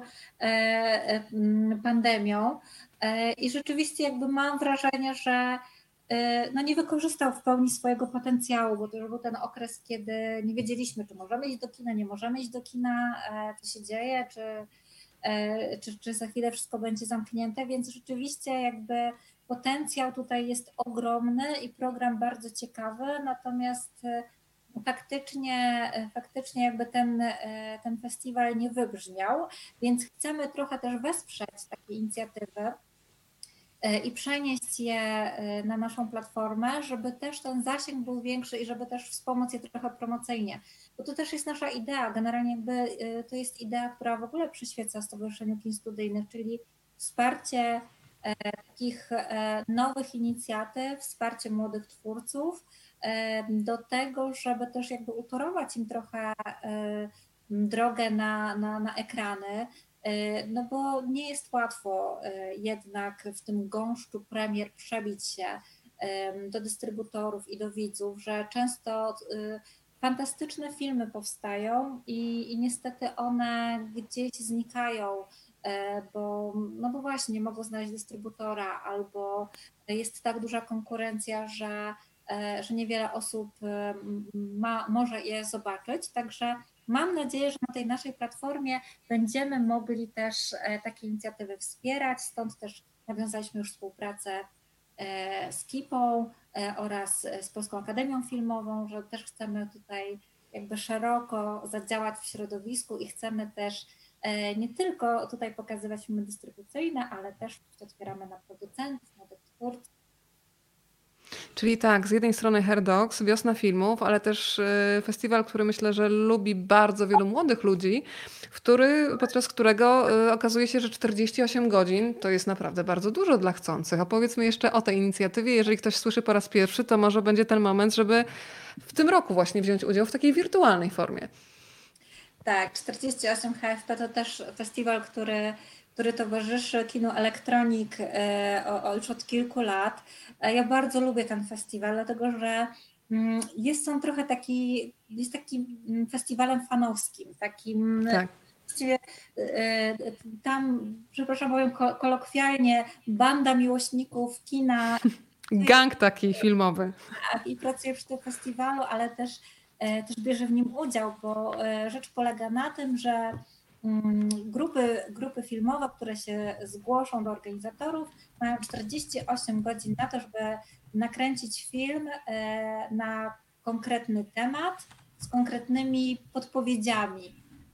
pandemią. I rzeczywiście jakby mam wrażenie, że no nie wykorzystał w pełni swojego potencjału, bo to już był ten okres, kiedy nie wiedzieliśmy, czy możemy iść do kina, nie możemy iść do kina, co się dzieje, czy za chwilę wszystko będzie zamknięte, więc rzeczywiście jakby potencjał tutaj jest ogromny i program bardzo ciekawy, natomiast faktycznie jakby ten festiwal nie wybrzmiał, więc chcemy trochę też wesprzeć takie inicjatywy i przenieść je na naszą platformę, żeby też ten zasięg był większy i żeby też wspomóc je trochę promocyjnie. Bo to też jest nasza idea. Generalnie jakby to jest idea, która w ogóle przyświeca Stowarzyszeniu Kin Studyjnych, czyli wsparcie takich nowych inicjatyw, wsparcie młodych twórców do tego, żeby też jakby utorować im trochę drogę na ekrany, no bo nie jest łatwo jednak w tym gąszczu premier przebić się do dystrybutorów i do widzów, że często fantastyczne filmy powstają i niestety one gdzieś znikają, no bo właśnie nie mogą znaleźć dystrybutora albo jest tak duża konkurencja, że niewiele osób może je zobaczyć. Także mam nadzieję, że na tej naszej platformie będziemy mogli też takie inicjatywy wspierać, stąd też nawiązaliśmy już współpracę z KIPą oraz z Polską Akademią Filmową, że też chcemy tutaj jakby szeroko zadziałać w środowisku i chcemy też nie tylko tutaj pokazywać filmy dystrybucyjne, ale też otwieramy na producentów, młodych twórców. Czyli tak, z jednej strony Hair Dogs, Wiosna Filmów, ale też festiwal, który myślę, że lubi bardzo wielu młodych ludzi, podczas którego okazuje się, że 48 godzin to jest naprawdę bardzo dużo dla chcących. A powiedzmy jeszcze o tej inicjatywie. Jeżeli ktoś słyszy po raz pierwszy, to może będzie ten moment, żeby w tym roku właśnie wziąć udział w takiej wirtualnej formie. Tak, 48 HFP to też festiwal, który towarzyszy kinu Elektronik już od kilku lat. Ja bardzo lubię ten festiwal, dlatego że jest on trochę jest takim festiwalem fanowskim, takim Tak. właściwie tam, przepraszam, powiem kolokwialnie, banda miłośników kina. Gang taki filmowy. Tak, i pracuje przy tym festiwalu, ale też bierze w nim udział, bo rzecz polega na tym, że grupy filmowe, które się zgłoszą do organizatorów, mają 48 godzin na to, żeby nakręcić film na konkretny temat z konkretnymi podpowiedziami.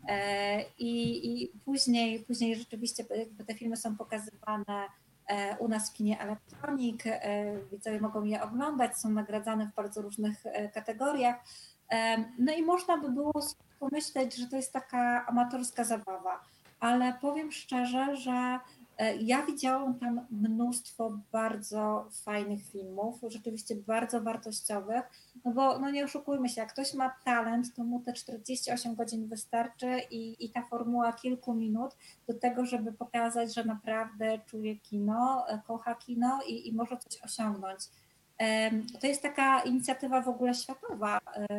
I później rzeczywiście te filmy są pokazywane u nas w kinie Elektronik. Widzowie mogą je oglądać, są nagradzane w bardzo różnych kategoriach. No i można by było pomyśleć, że to jest taka amatorska zabawa, ale powiem szczerze, że ja widziałam tam mnóstwo bardzo fajnych filmów, rzeczywiście bardzo wartościowych, no bo no nie oszukujmy się, jak ktoś ma talent, to mu te 48 godzin wystarczy i ta formuła kilku minut do tego, żeby pokazać, że naprawdę czuje kino, kocha kino i może coś osiągnąć. To jest taka inicjatywa w ogóle światowa.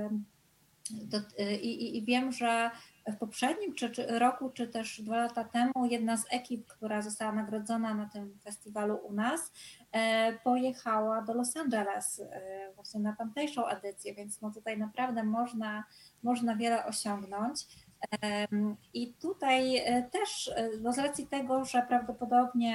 I wiem, że w poprzednim czy roku, czy też 2 lata temu jedna z ekip, która została nagrodzona na tym festiwalu u nas, pojechała do Los Angeles właśnie na tamtejszą edycję, więc no tutaj naprawdę można wiele osiągnąć. I tutaj też no z racji tego, że prawdopodobnie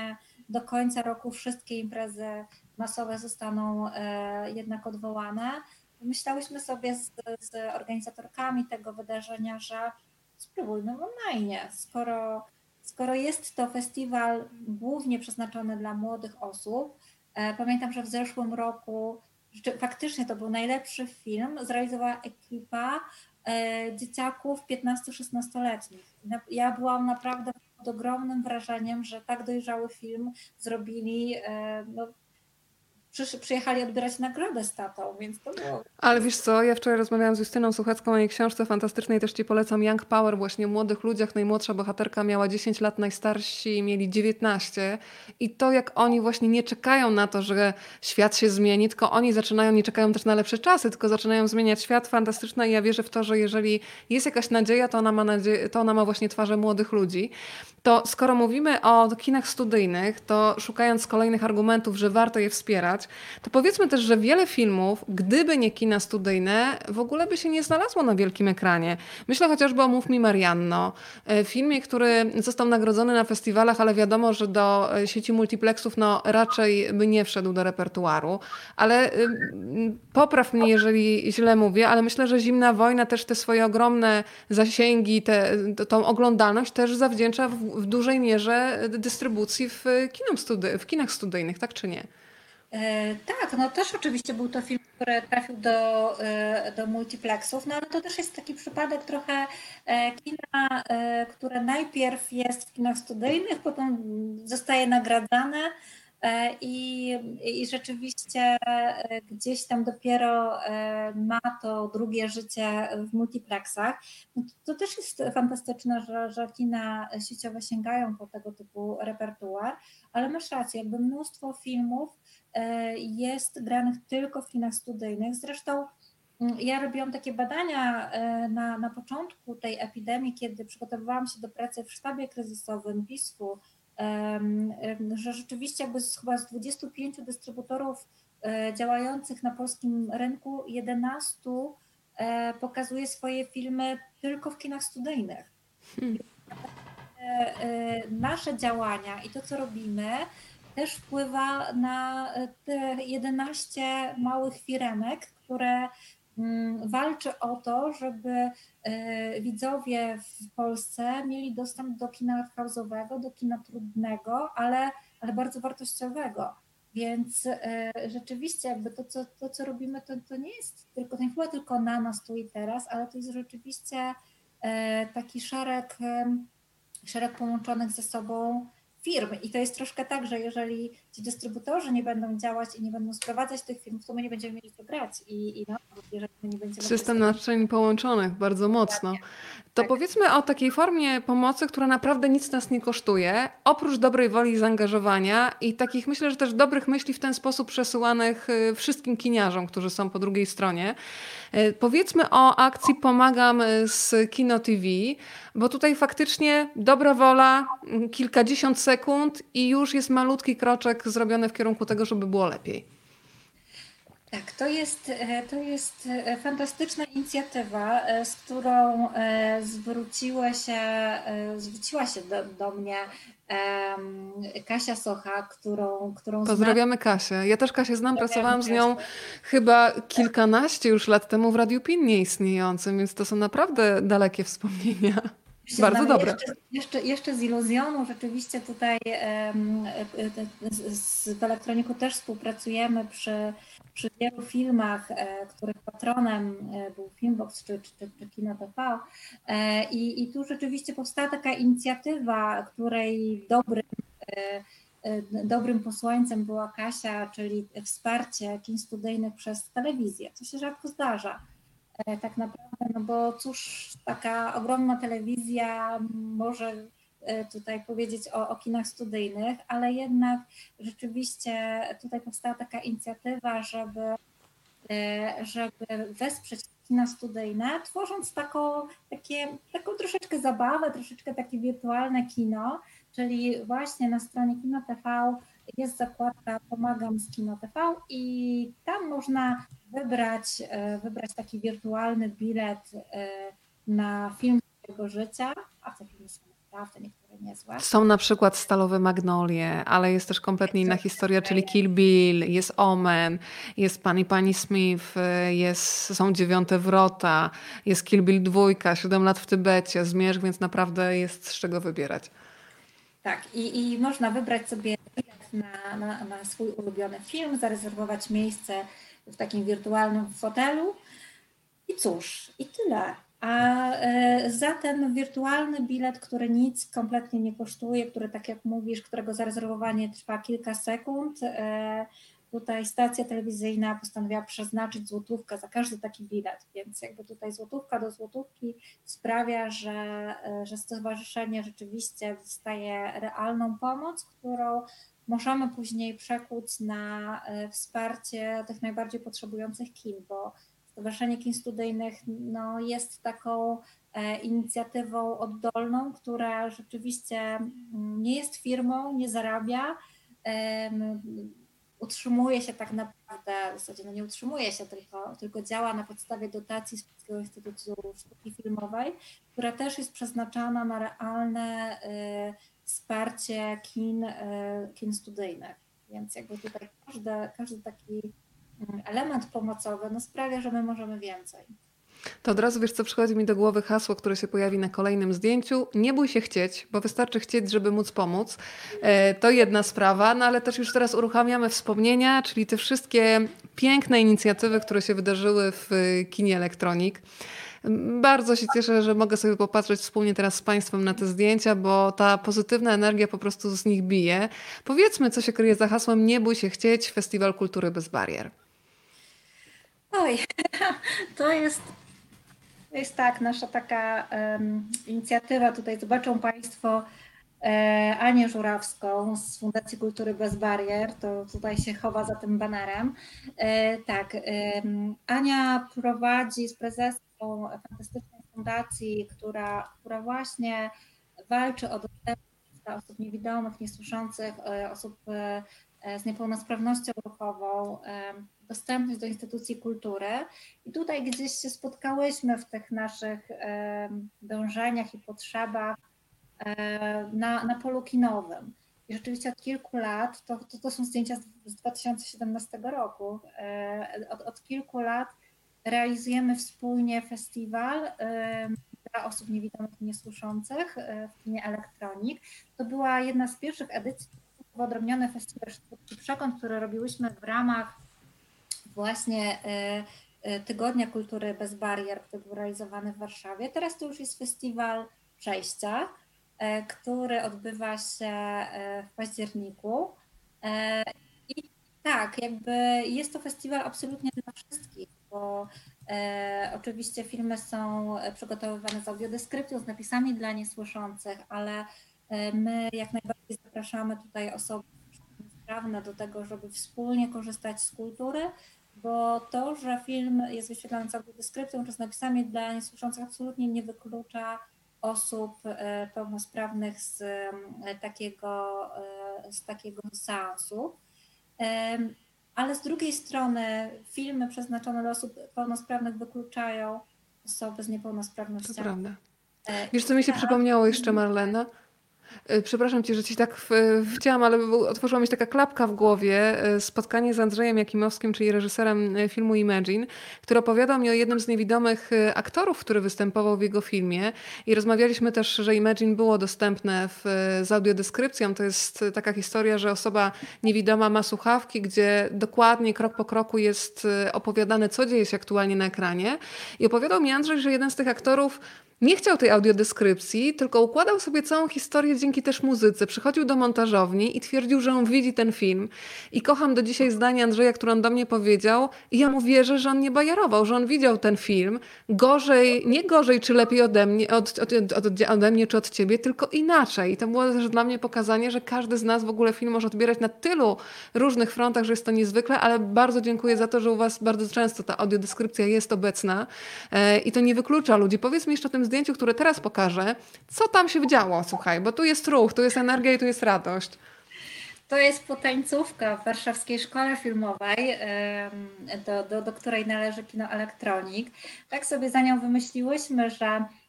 do końca roku wszystkie imprezy masowe zostaną jednak odwołane. Myślałyśmy sobie z organizatorkami tego wydarzenia, że spróbujmy w online, skoro jest to festiwal głównie przeznaczony dla młodych osób. Pamiętam, że w zeszłym roku faktycznie to był najlepszy film, zrealizowała ekipa dzieciaków 15-16-letnich. Ja byłam naprawdę pod ogromnym wrażeniem, że tak dojrzały film zrobili, no, przyjechali odbierać nagrodę z tatą, więc to było... Ale wiesz co, ja wczoraj rozmawiałam z Justyną Suchecką o jej książce fantastycznej, też Ci polecam, Young Power, właśnie o młodych ludziach. Najmłodsza bohaterka miała 10 lat, najstarsi mieli 19 i to jak oni właśnie nie czekają na to, że świat się zmieni, tylko oni zaczynają, nie czekają też na lepsze czasy, tylko zaczynają zmieniać świat. Fantastyczne i ja wierzę w to, że jeżeli jest jakaś nadzieja, to ona ma właśnie twarze młodych ludzi. To skoro mówimy o kinach studyjnych, to szukając kolejnych argumentów, że warto je wspierać, to powiedzmy też, że wiele filmów, gdyby nie kina studyjne, w ogóle by się nie znalazło na wielkim ekranie. Myślę chociażby o Mów mi Marianno, filmie, który został nagrodzony na festiwalach, ale wiadomo, że do sieci multiplexów no, raczej by nie wszedł do repertuaru. Ale popraw mnie, jeżeli źle mówię, ale myślę, że Zimna wojna też te swoje ogromne zasięgi, tą oglądalność też zawdzięcza w dużej mierze dystrybucji w kinach studyjnych, tak czy nie? Tak, no też oczywiście był to film, który trafił do multiplexów, no ale to też jest taki przypadek trochę kina, które najpierw jest w kinach studyjnych, potem zostaje nagradzane i rzeczywiście gdzieś tam dopiero ma to drugie życie w multiplexach. No to też jest fantastyczne, że kina sieciowe sięgają po tego typu repertuar, ale masz rację, jakby mnóstwo filmów jest granych tylko w kinach studyjnych. Zresztą ja robiłam takie badania na początku tej epidemii, kiedy przygotowywałam się do pracy w sztabie kryzysowym PISF-u, że rzeczywiście jakby chyba z 25 dystrybutorów działających na polskim rynku 11 pokazuje swoje filmy tylko w kinach studyjnych. Nasze działania i to, co robimy, też wpływa na te 11 małych firemek, które walczy o to, żeby widzowie w Polsce mieli dostęp do kina arthouse'owego, do kina trudnego, ale bardzo wartościowego. Więc rzeczywiście jakby to co robimy, to nie jest tylko, to nie wpływa tylko na nas tu i teraz, ale to jest rzeczywiście taki szereg połączonych ze sobą firm. I to jest troszkę tak, że jeżeli ci dystrybutorzy nie będą działać i nie będą sprowadzać tych firm, to my nie będziemy mieli co grać. I na odwrót, jeżeli my nie będziemy... System naczyń połączonych bardzo mocno. To powiedzmy o takiej formie pomocy, która naprawdę nic nas nie kosztuje, oprócz dobrej woli i zaangażowania i takich, myślę, że też dobrych myśli w ten sposób przesyłanych wszystkim kiniarzom, którzy są po drugiej stronie. Powiedzmy o akcji Pomagam z Kino TV, bo tutaj faktycznie dobra wola, kilkadziesiąt sekund i już jest malutki kroczek zrobiony w kierunku tego, żeby było lepiej. Tak, to jest fantastyczna inicjatywa, z którą zwróciła się do mnie Kasia Socha, którą Pozdrawiamy Kasię. Ja też Kasię znam, pracowałam z nią chyba kilkanaście już lat temu w Radiu PIN nieistniejącym, więc to są naprawdę dalekie wspomnienia. Bardzo dobre. Jeszcze z Iluzjonu rzeczywiście tutaj z Elektroniku też współpracujemy przy wielu filmach, których patronem był Filmbox czy Kino TV. I tu rzeczywiście powstała taka inicjatywa, której dobrym posłańcem była Kasia, czyli wsparcie kin studyjnych przez telewizję, co się rzadko zdarza. Tak naprawdę, no bo cóż, taka ogromna telewizja może tutaj powiedzieć o kinach studyjnych, ale jednak rzeczywiście tutaj powstała taka inicjatywa, żeby wesprzeć kina studyjne, tworząc taką troszeczkę zabawę, troszeczkę takie wirtualne kino, czyli właśnie na stronie Kino TV jest zakładka Pomagam z Kino TV i tam można wybrać taki wirtualny bilet na film swojego życia, a te filmy są naprawdę niektóre niezłe. Są na przykład Stalowe Magnolie, ale jest też kompletnie inna historia, czyli Kill Bill, jest Omen, jest Pan i Pani Smith, są Dziewiąte Wrota, jest Kill Bill 2, 7 lat w Tybecie, Zmierzch, więc naprawdę jest z czego wybierać. Tak, i można wybrać sobie bilet na swój ulubiony film, zarezerwować miejsce w takim wirtualnym fotelu i cóż, i tyle. A za ten wirtualny bilet, który nic kompletnie nie kosztuje, który, tak jak mówisz, którego zarezerwowanie trwa kilka sekund, tutaj stacja telewizyjna postanowiła przeznaczyć złotówkę za każdy taki bilet, więc jakby tutaj złotówka do złotówki sprawia, że stowarzyszenie rzeczywiście dostaje realną pomoc, którą możemy później przekuć na wsparcie tych najbardziej potrzebujących kin, bo Stowarzyszenie Kin Studyjnych jest taką inicjatywą oddolną, która rzeczywiście nie jest firmą, nie zarabia, utrzymuje się tak naprawdę, w zasadzie nie utrzymuje się, tylko działa na podstawie dotacji z Polskiego Instytutu Sztuki Filmowej, która też jest przeznaczana na realne wsparcie kin studyjnych. Więc jakby tutaj każdy taki element pomocowy sprawia, że my możemy więcej. To od razu wiesz, co przychodzi mi do głowy hasło, które się pojawi na kolejnym zdjęciu. Nie bój się chcieć, bo wystarczy chcieć, żeby móc pomóc. To jedna sprawa, ale też już teraz uruchamiamy wspomnienia, czyli te wszystkie piękne inicjatywy, które się wydarzyły w kinie Elektronik. Bardzo się cieszę, że mogę sobie popatrzeć wspólnie teraz z Państwem na te zdjęcia, bo ta pozytywna energia po prostu z nich bije. Powiedzmy, co się kryje za hasłem Nie bój się chcieć, Festiwal Kultury bez barier. Oj, to jest tak, nasza taka inicjatywa. Tutaj zobaczą Państwo Anię Żurawską z Fundacji Kultury Bez Barier, to tutaj się chowa za tym banerem. Tak, Ania prowadzi z prezeską fantastycznej fundacji, która właśnie walczy o dostępność dla osób niewidomych, niesłyszących, osób z niepełnosprawnością ruchową, dostępność do instytucji kultury. I tutaj gdzieś się spotkałyśmy w tych naszych dążeniach i potrzebach na polu kinowym. I rzeczywiście od kilku lat, to są zdjęcia z 2017 roku, od kilku lat realizujemy wspólnie festiwal dla osób niewidomych i niesłyszących w kinie Elektronik. To była jedna z pierwszych edycji Wyodrębniony Festiwal Sztuki Przekąt, który robiłyśmy w ramach właśnie Tygodnia Kultury Bez Barier, który był realizowany w Warszawie. Teraz to już jest festiwal przejścia, który odbywa się w październiku. I tak, jakby jest to festiwal absolutnie dla wszystkich, bo oczywiście filmy są przygotowywane z audiodeskrypcją, z napisami dla niesłyszących, ale my jak najbardziej zapraszamy tutaj osoby sprawne do tego, żeby wspólnie korzystać z kultury, bo to, że film jest wyświetlany z audiodeskrypcją czy z napisami dla niesłyszących, absolutnie nie wyklucza osób pełnosprawnych z takiego seansu. Ale z drugiej strony filmy przeznaczone dla osób pełnosprawnych wykluczają osoby z niepełnosprawnościami. To prawda. Wiesz, co mi się przypomniało jeszcze, Marlena? Przepraszam Cię, że Ci tak wcięłam, ale otworzyła mi się taka klapka w głowie. Spotkanie z Andrzejem Jakimowskim, czyli reżyserem filmu Imagine, który opowiadał mi o jednym z niewidomych aktorów, który występował w jego filmie. I rozmawialiśmy też, że Imagine było dostępne z audiodeskrypcją. To jest taka historia, że osoba niewidoma ma słuchawki, gdzie dokładnie krok po kroku jest opowiadane, co dzieje się aktualnie na ekranie. I opowiadał mi Andrzej, że jeden z tych aktorów nie chciał tej audiodeskrypcji, tylko układał sobie całą historię dzięki też muzyce. Przychodził do montażowni i twierdził, że on widzi ten film. I kocham do dzisiaj zdanie Andrzeja, które on do mnie powiedział. I ja mu wierzę, że on nie bajerował, że on widział ten film nie gorzej czy lepiej ode mnie, ode mnie czy od ciebie, tylko inaczej. I to było też dla mnie pokazanie, że każdy z nas w ogóle film może odbierać na tylu różnych frontach, że jest to niezwykle, ale bardzo dziękuję za to, że u was bardzo często ta audiodeskrypcja jest obecna i to nie wyklucza ludzi. Powiedz mi jeszcze o tym zdjęciu, które teraz pokażę, co tam się działo, słuchaj, bo tu jest ruch, tu jest energia i tu jest radość. To jest potańcówka w Warszawskiej Szkole Filmowej, do której należy kino Elektronik. Tak sobie za nią wymyśliłyśmy, że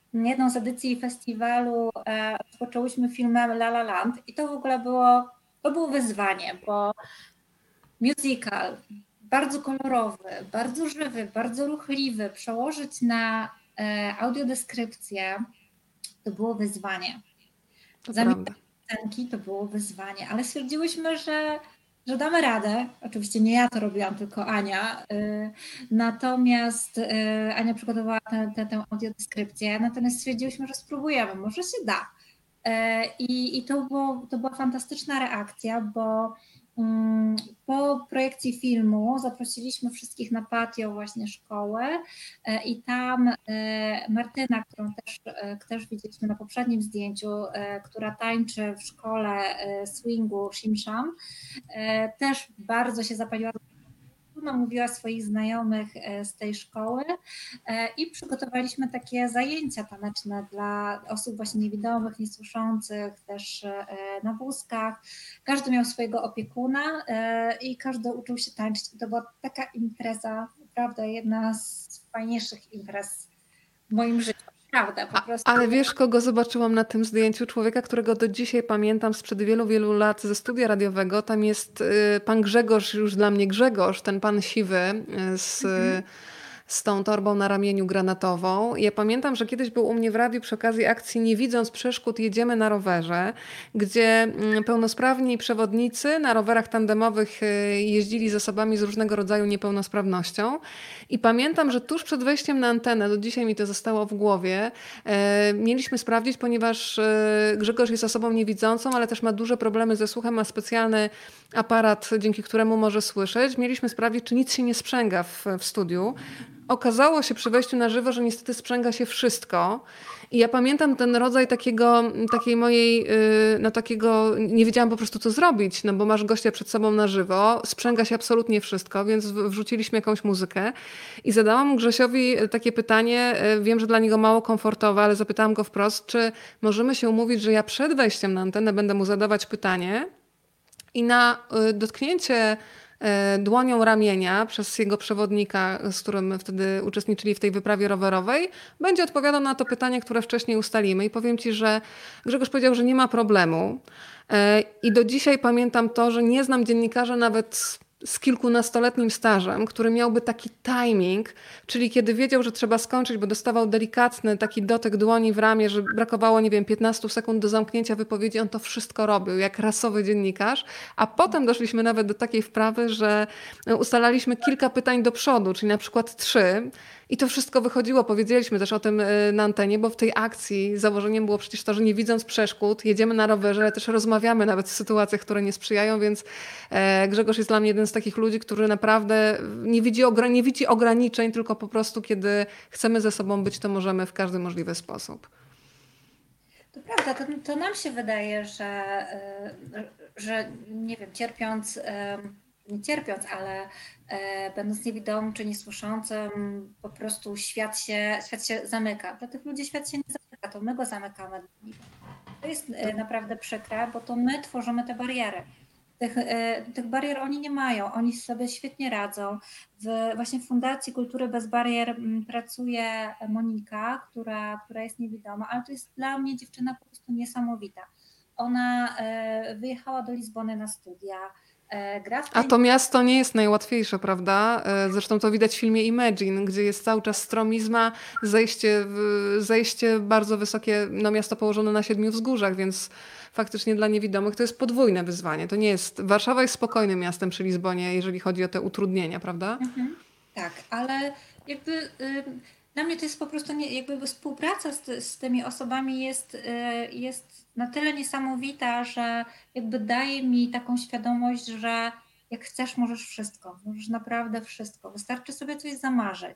jedną z edycji festiwalu rozpoczęłyśmy filmem La La Land i to w ogóle to było wyzwanie, bo musical bardzo kolorowy, bardzo żywy, bardzo ruchliwy, przełożyć na audiodeskrypcję to było wyzwanie. To Zamienić prawda. piosenki to było wyzwanie, ale stwierdziłyśmy, że damy radę. Oczywiście nie ja to robiłam, tylko Ania. Natomiast Ania przygotowała tę audiodeskrypcję, natomiast stwierdziłyśmy, że spróbujemy, może się da. I to była fantastyczna reakcja, bo po projekcji filmu zaprosiliśmy wszystkich na patio właśnie szkoły i tam Martyna, którą też widzieliśmy na poprzednim zdjęciu, która tańczy w szkole swingu Shimsham, też bardzo się zapaliła, namówiła swoich znajomych z tej szkoły i przygotowaliśmy takie zajęcia taneczne dla osób właśnie niewidomych, niesłyszących, też na wózkach. Każdy miał swojego opiekuna i każdy uczył się tańczyć. I to była taka impreza, naprawdę jedna z fajniejszych imprez w moim życiu. Prawda, po prostu. Ale wiesz, kogo zobaczyłam na tym zdjęciu? Człowieka, którego do dzisiaj pamiętam sprzed wielu, wielu lat ze studia radiowego. Tam jest pan Grzegorz, już dla mnie Grzegorz, ten pan siwy z tą torbą na ramieniu granatową. Ja pamiętam, że kiedyś był u mnie w radiu przy okazji akcji Nie widząc przeszkód jedziemy na rowerze, gdzie pełnosprawni przewodnicy na rowerach tandemowych jeździli z osobami z różnego rodzaju niepełnosprawnością. I pamiętam, że tuż przed wejściem na antenę, do dzisiaj mi to zostało w głowie, mieliśmy sprawdzić, ponieważ Grzegorz jest osobą niewidzącą, ale też ma duże problemy ze słuchem, ma specjalny aparat, dzięki któremu może słyszeć. Mieliśmy sprawdzić, czy nic się nie sprzęga w studiu. Okazało się przy wejściu na żywo, że niestety sprzęga się wszystko. I ja pamiętam ten rodzaj takiej mojej, no takiego, nie wiedziałam po prostu co zrobić, no bo masz gościa przed sobą na żywo, sprzęga się absolutnie wszystko, więc wrzuciliśmy jakąś muzykę i zadałam Grzesiowi takie pytanie, wiem, że dla niego mało komfortowe, ale zapytałam go wprost, czy możemy się umówić, że ja przed wejściem na antenę będę mu zadawać pytanie i na dotknięcie dłonią ramienia przez jego przewodnika, z którym wtedy uczestniczyli w tej wyprawie rowerowej, będzie odpowiadał na to pytanie, które wcześniej ustalimy. I powiem ci, że Grzegorz powiedział, że nie ma problemu. I do dzisiaj pamiętam to, że nie znam dziennikarza nawet z kilkunastoletnim stażem, który miałby taki timing, czyli kiedy wiedział, że trzeba skończyć, bo dostawał delikatny taki dotyk dłoni w ramię, że brakowało, nie wiem, 15 sekund do zamknięcia wypowiedzi, on to wszystko robił jak rasowy dziennikarz, a potem doszliśmy nawet do takiej wprawy, że ustalaliśmy kilka pytań do przodu, czyli na przykład 3 i to wszystko wychodziło. Powiedzieliśmy też o tym na antenie, bo w tej akcji założeniem było przecież to, że nie widząc przeszkód, jedziemy na rowerze, ale też rozmawiamy nawet w sytuacjach, które nie sprzyjają, więc Grzegorz jest dla mnie jeden z takich ludzi, który naprawdę nie widzi ograniczeń, tylko po prostu kiedy chcemy ze sobą być, to możemy w każdy możliwy sposób. To prawda, to nam się wydaje, że nie wiem, nie cierpiąc, ale będąc niewidomym czy niesłyszącym, po prostu świat się zamyka. Dla tych ludzi świat się nie zamyka, to my go zamykamy. To jest naprawdę przykre, bo to my tworzymy te bariery. Tych barier oni nie mają, oni sobie świetnie radzą. Właśnie w Fundacji Kultury Bez Barier pracuje Monika, która jest niewidoma, ale to jest dla mnie dziewczyna po prostu niesamowita. Ona wyjechała do Lizbony na studia. A to miasto nie jest najłatwiejsze, prawda? Zresztą to widać w filmie Imagine, gdzie jest cały czas stromizma, zejście bardzo wysokie, no miasto położone na 7 wzgórzach, więc faktycznie dla niewidomych to jest podwójne wyzwanie. To nie jest... Warszawa jest spokojnym miastem przy Lizbonie, jeżeli chodzi o te utrudnienia, prawda? Mhm. Tak, ale jakby dla mnie to jest po prostu jakby współpraca z tymi osobami jest na tyle niesamowita, że jakby daje mi taką świadomość, że jak chcesz, możesz wszystko. Możesz naprawdę wszystko. Wystarczy sobie coś zamarzyć.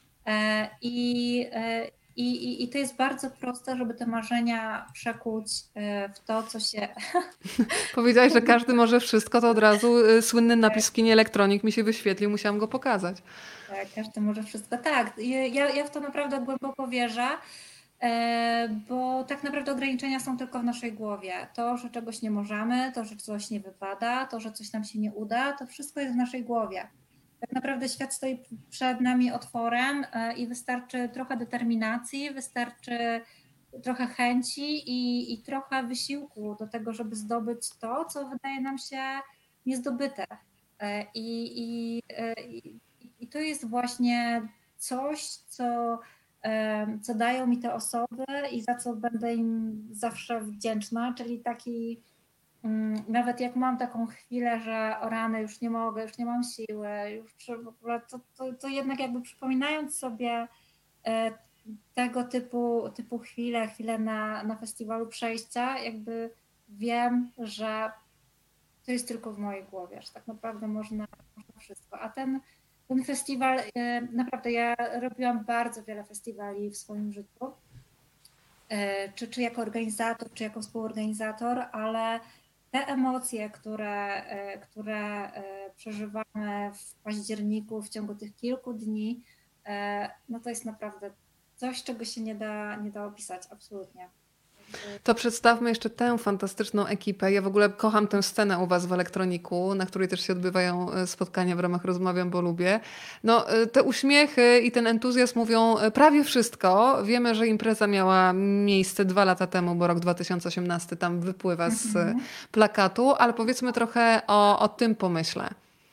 I to jest bardzo proste, żeby te marzenia przekuć w to, co się... Powiedziałaś, że każdy może wszystko, to od razu słynny napis w kinie Elektronik mi się wyświetlił, musiałam go pokazać. Tak, każdy może wszystko. Tak, ja w to naprawdę głęboko wierzę, bo tak naprawdę ograniczenia są tylko w naszej głowie. To, że czegoś nie możemy, to, że coś nie wypada, to, że coś nam się nie uda, to wszystko jest w naszej głowie. tak naprawdę świat stoi przed nami otworem i wystarczy trochę determinacji, wystarczy trochę chęci i trochę wysiłku do tego, żeby zdobyć to, co wydaje nam się niezdobyte. I, i, i, i to jest właśnie coś, co dają mi te osoby i za co będę im zawsze wdzięczna, czyli taki, nawet jak mam taką chwilę, że o rany już nie mogę, już nie mam siły, w ogóle to jednak jakby przypominając sobie tego typu chwile na festiwalu przejścia, jakby wiem, że to jest tylko w mojej głowie, że tak naprawdę można wszystko. A ten festiwal, naprawdę ja robiłam bardzo wiele festiwali w swoim życiu, czy jako organizator, czy jako współorganizator, ale te emocje, które przeżywamy w październiku w ciągu tych kilku dni, no to jest naprawdę coś, czego się nie da opisać, absolutnie. To przedstawmy jeszcze tę fantastyczną ekipę. Ja w ogóle kocham tę scenę u Was w Elektroniku, na której też się odbywają spotkania w ramach Rozmawiam, bo lubię. No, te uśmiechy i ten entuzjazm mówią prawie wszystko. Wiemy, że impreza miała miejsce 2 lata temu, bo rok 2018 tam wypływa z plakatu, ale powiedzmy trochę o tym pomyśle.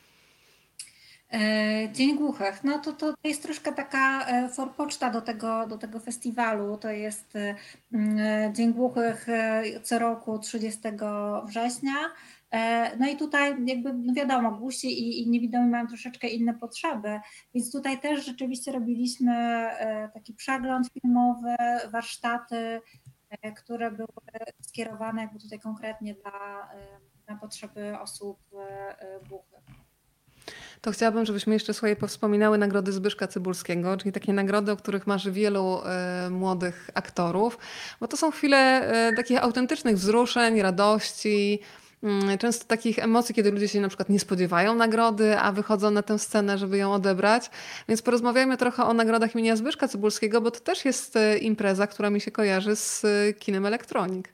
Dzień Głuchych. No to jest troszkę taka forpoczta do tego festiwalu. To jest Dzień Głuchych co roku 30 września. No i tutaj jakby no wiadomo, głusi i niewidomi mają troszeczkę inne potrzeby, więc tutaj też rzeczywiście robiliśmy taki przegląd filmowy, warsztaty, które były skierowane jakby tutaj konkretnie na potrzeby osób głuchych. To chciałabym, żebyśmy jeszcze sobie powspominały nagrody Zbyszka Cybulskiego, czyli takie nagrody, o których marzy wielu młodych aktorów, bo to są chwile takich autentycznych wzruszeń, radości, często takich emocji, kiedy ludzie się na przykład nie spodziewają nagrody, a wychodzą na tę scenę, żeby ją odebrać. Więc porozmawiajmy trochę o nagrodach imienia Zbyszka Cybulskiego, bo to też jest impreza, która mi się kojarzy z kinem Elektronik.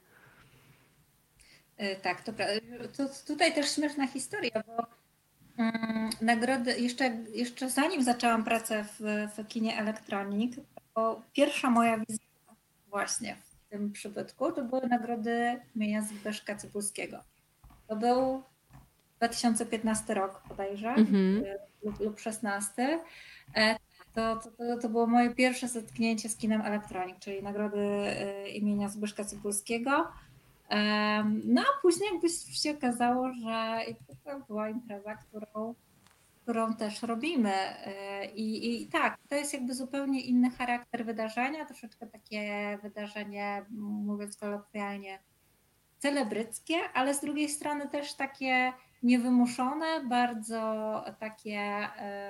Tak, to tutaj też śmieszna historia, bo nagrody, jeszcze zanim zaczęłam pracę w kinie Elektronik, to pierwsza moja wizyta właśnie w tym przybytku to były nagrody imienia Zbyszka Cybulskiego. To był 2015 rok bodajże lub 16. To było moje pierwsze zetknięcie z kinem Elektronik, czyli nagrody imienia Zbyszka Cybulskiego. No a później jakby się okazało, że to była impreza, którą też robimy. I tak, to jest jakby zupełnie inny charakter wydarzenia, troszeczkę takie wydarzenie, mówiąc kolokwialnie, celebryckie, ale z drugiej strony też takie niewymuszone, bardzo takie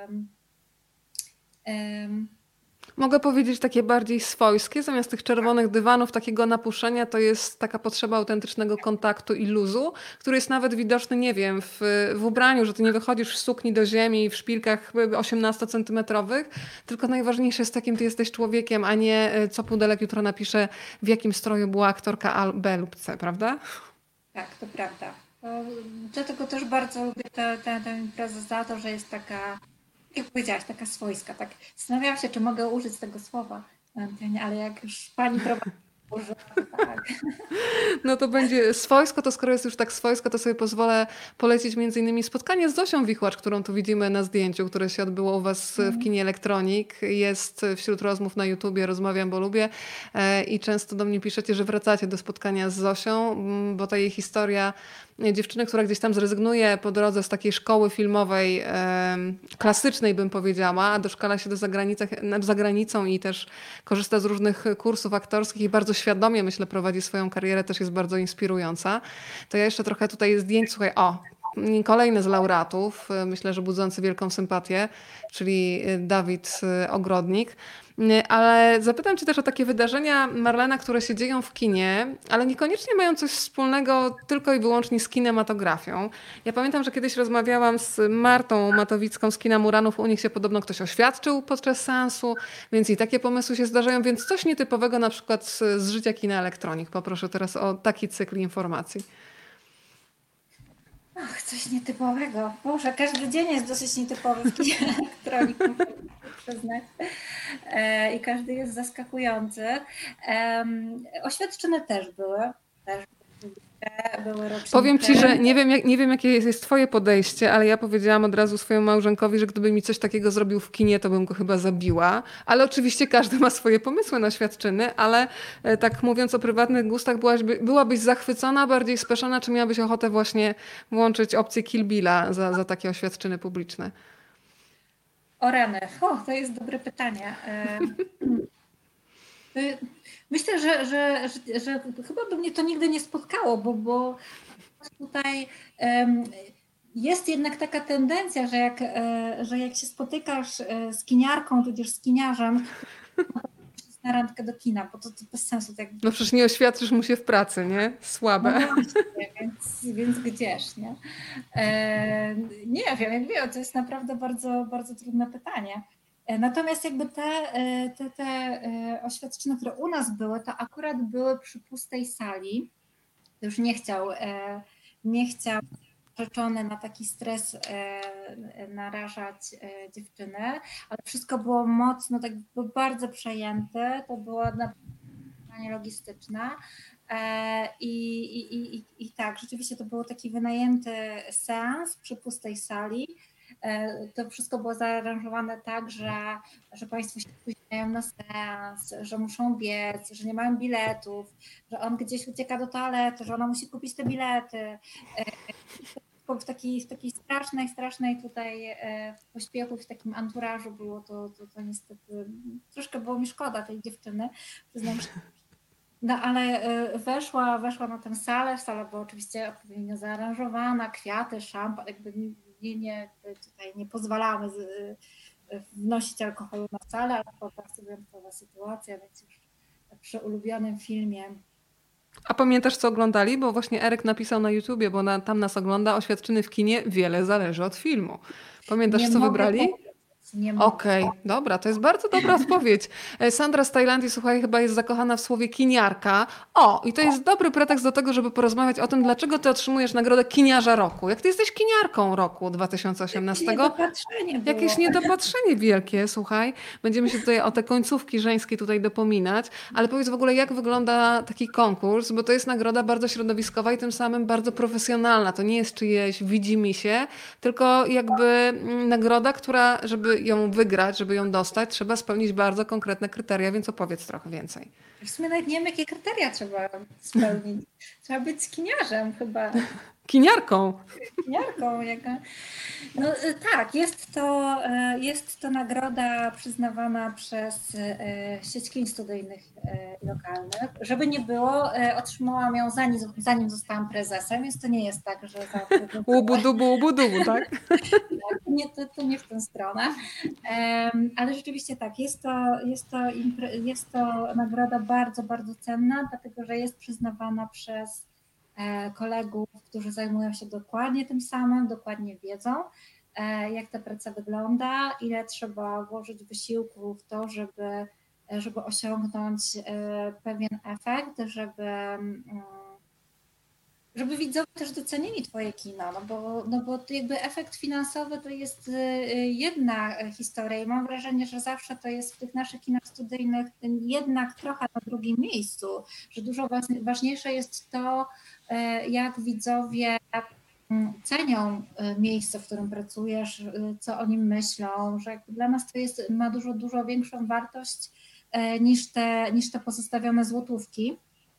Mogę powiedzieć takie bardziej swojskie, zamiast tych czerwonych dywanów, takiego napuszenia, to jest taka potrzeba autentycznego kontaktu i luzu, który jest nawet widoczny, nie wiem, w ubraniu, że ty nie wychodzisz w sukni do ziemi w szpilkach 18-centymetrowych, tylko najważniejsze jest takim ty jesteś człowiekiem, a nie co pudelek jutro napisze, w jakim stroju była aktorka A, B lub C, prawda? Tak, to prawda. Dlatego też bardzo lubię tę imprezę za to, że jest taka, jak powiedziałaś, taka swojska. Tak. Zastanawiałam się, czy mogę użyć tego słowa, ale jak już pani prowadzi, użyła, to tak. No to będzie swojsko, to skoro jest już tak swojsko, to sobie pozwolę polecić między innymi spotkanie z Zosią Wichłacz, którą tu widzimy na zdjęciu, które się odbyło u Was w kinie Elektronik. Jest wśród rozmów na YouTubie, rozmawiam, bo lubię i często do mnie piszecie, że wracacie do spotkania z Zosią, bo ta jej historia dziewczyny, która gdzieś tam zrezygnuje po drodze z takiej szkoły filmowej, klasycznej bym powiedziała, a doszkala się za granicą i też korzysta z różnych kursów aktorskich i bardzo świadomie, myślę, prowadzi swoją karierę, też jest bardzo inspirująca. To ja jeszcze trochę tutaj zdjęć, słuchaj, kolejny z laureatów, myślę, że budzący wielką sympatię, czyli Dawid Ogrodnik. Ale zapytam Cię też o takie wydarzenia, Marlena, które się dzieją w kinie, ale niekoniecznie mają coś wspólnego tylko i wyłącznie z kinematografią. Ja pamiętam, że kiedyś rozmawiałam z Martą Matowicką z kina Muranów, u nich się podobno ktoś oświadczył podczas seansu, więc i takie pomysły się zdarzają, więc coś nietypowego na przykład z życia kina Elektronik. Poproszę teraz o taki cykl informacji. Och, coś nietypowego. Boże, każdy dzień jest dosyć nietypowy w kinie elektroniku, muszę przyznać. I każdy jest zaskakujący. Oświadczyny też były. Też były Powiem roczniki. ci, że nie wiem jakie jest twoje podejście, ale ja powiedziałam od razu swojemu małżonkowi, że gdyby mi coś takiego zrobił w kinie, to bym go chyba zabiła. Ale oczywiście każdy ma swoje pomysły na świadczyny, ale tak mówiąc o prywatnych gustach, byłabyś zachwycona, bardziej speszona, czy miałabyś ochotę właśnie włączyć opcję Kill Billa za takie oświadczyny publiczne? O rany. To jest dobre pytanie. Myślę, że chyba by mnie to nigdy nie spotkało, bo tutaj jest jednak taka tendencja, że jak się spotykasz z kiniarką, tudzież z kiniarzem, na randkę do kina, bo to bez sensu. Tak. No przecież nie oświadczysz mu się w pracy, nie? Słabe. No właśnie, więc gdzież, nie? Nie wiem, to jest naprawdę bardzo, bardzo trudne pytanie. Natomiast jakby te oświadczenia, które u nas były, to akurat były przy pustej sali. Już nie chciał rzeczony na taki stres narażać dziewczyny, ale wszystko było mocno, tak bardzo przejęte. To było naprawdę logistyczne. I tak, rzeczywiście to był taki wynajęty seans przy pustej sali. To wszystko było zaaranżowane tak, że Państwo się spóźniają na seans, że muszą biec, że nie mają biletów, że on gdzieś ucieka do toalety, że ona musi kupić te bilety. W takiej strasznej tutaj w pośpiechu, w takim anturażu było to niestety, troszkę było mi szkoda tej dziewczyny, przyznam się. No ale weszła na tę salę. Sala była oczywiście odpowiednio zaaranżowana, kwiaty, szampan, jakby tutaj nie pozwalamy wnosić alkoholu na salę, ale po prostu wyjątkowa sytuacja, więc już przy ulubionym filmie. A pamiętasz, co oglądali? Bo właśnie Eryk napisał na YouTubie, bo tam nas ogląda, oświadczyny w kinie, wiele zależy od filmu. Pamiętasz, co wybrali? Okej, dobra, to jest bardzo dobra odpowiedź. Sandra z Tajlandii, słuchaj, chyba jest zakochana w słowie kiniarka. I to jest dobry pretekst do tego, żeby porozmawiać o tym, dlaczego ty otrzymujesz nagrodę kiniarza roku. Jak ty jesteś kiniarką roku 2018? Jakieś niedopatrzenie wielkie, słuchaj. Będziemy się tutaj o te końcówki żeńskie tutaj dopominać, ale powiedz w ogóle, jak wygląda taki konkurs, bo to jest nagroda bardzo środowiskowa i tym samym bardzo profesjonalna. To nie jest czyjeś widzimisię, tylko jakby nagroda, która, żeby ją wygrać, żeby ją dostać, trzeba spełnić bardzo konkretne kryteria, więc opowiedz trochę więcej. W sumie nawet nie wiem, jakie kryteria trzeba spełnić. Trzeba być kiniarzem chyba. Kiniarką. Kiniarką. No tak, jest to nagroda przyznawana przez sieć kin studyjnych i lokalnych. Żeby nie było, otrzymałam ją zanim zostałam prezesem, więc to nie jest tak, że Łubu-dubu, tak? To nie w tę stronę. Ale rzeczywiście tak, jest to nagroda bardzo, bardzo cenna, dlatego że jest przyznawana przez kolegów, którzy zajmują się dokładnie tym samym, dokładnie wiedzą, jak ta praca wygląda, ile trzeba włożyć wysiłku w to, żeby osiągnąć pewien efekt, żeby widzowie też docenili twoje kino, no bo jakby efekt finansowy to jest jedna historia i mam wrażenie, że zawsze to jest w tych naszych kinach studyjnych jednak trochę na drugim miejscu, że dużo ważniejsze jest to, jak widzowie cenią miejsce, w którym pracujesz, co o nim myślą, że dla nas to ma dużo większą wartość niż te pozostawione złotówki.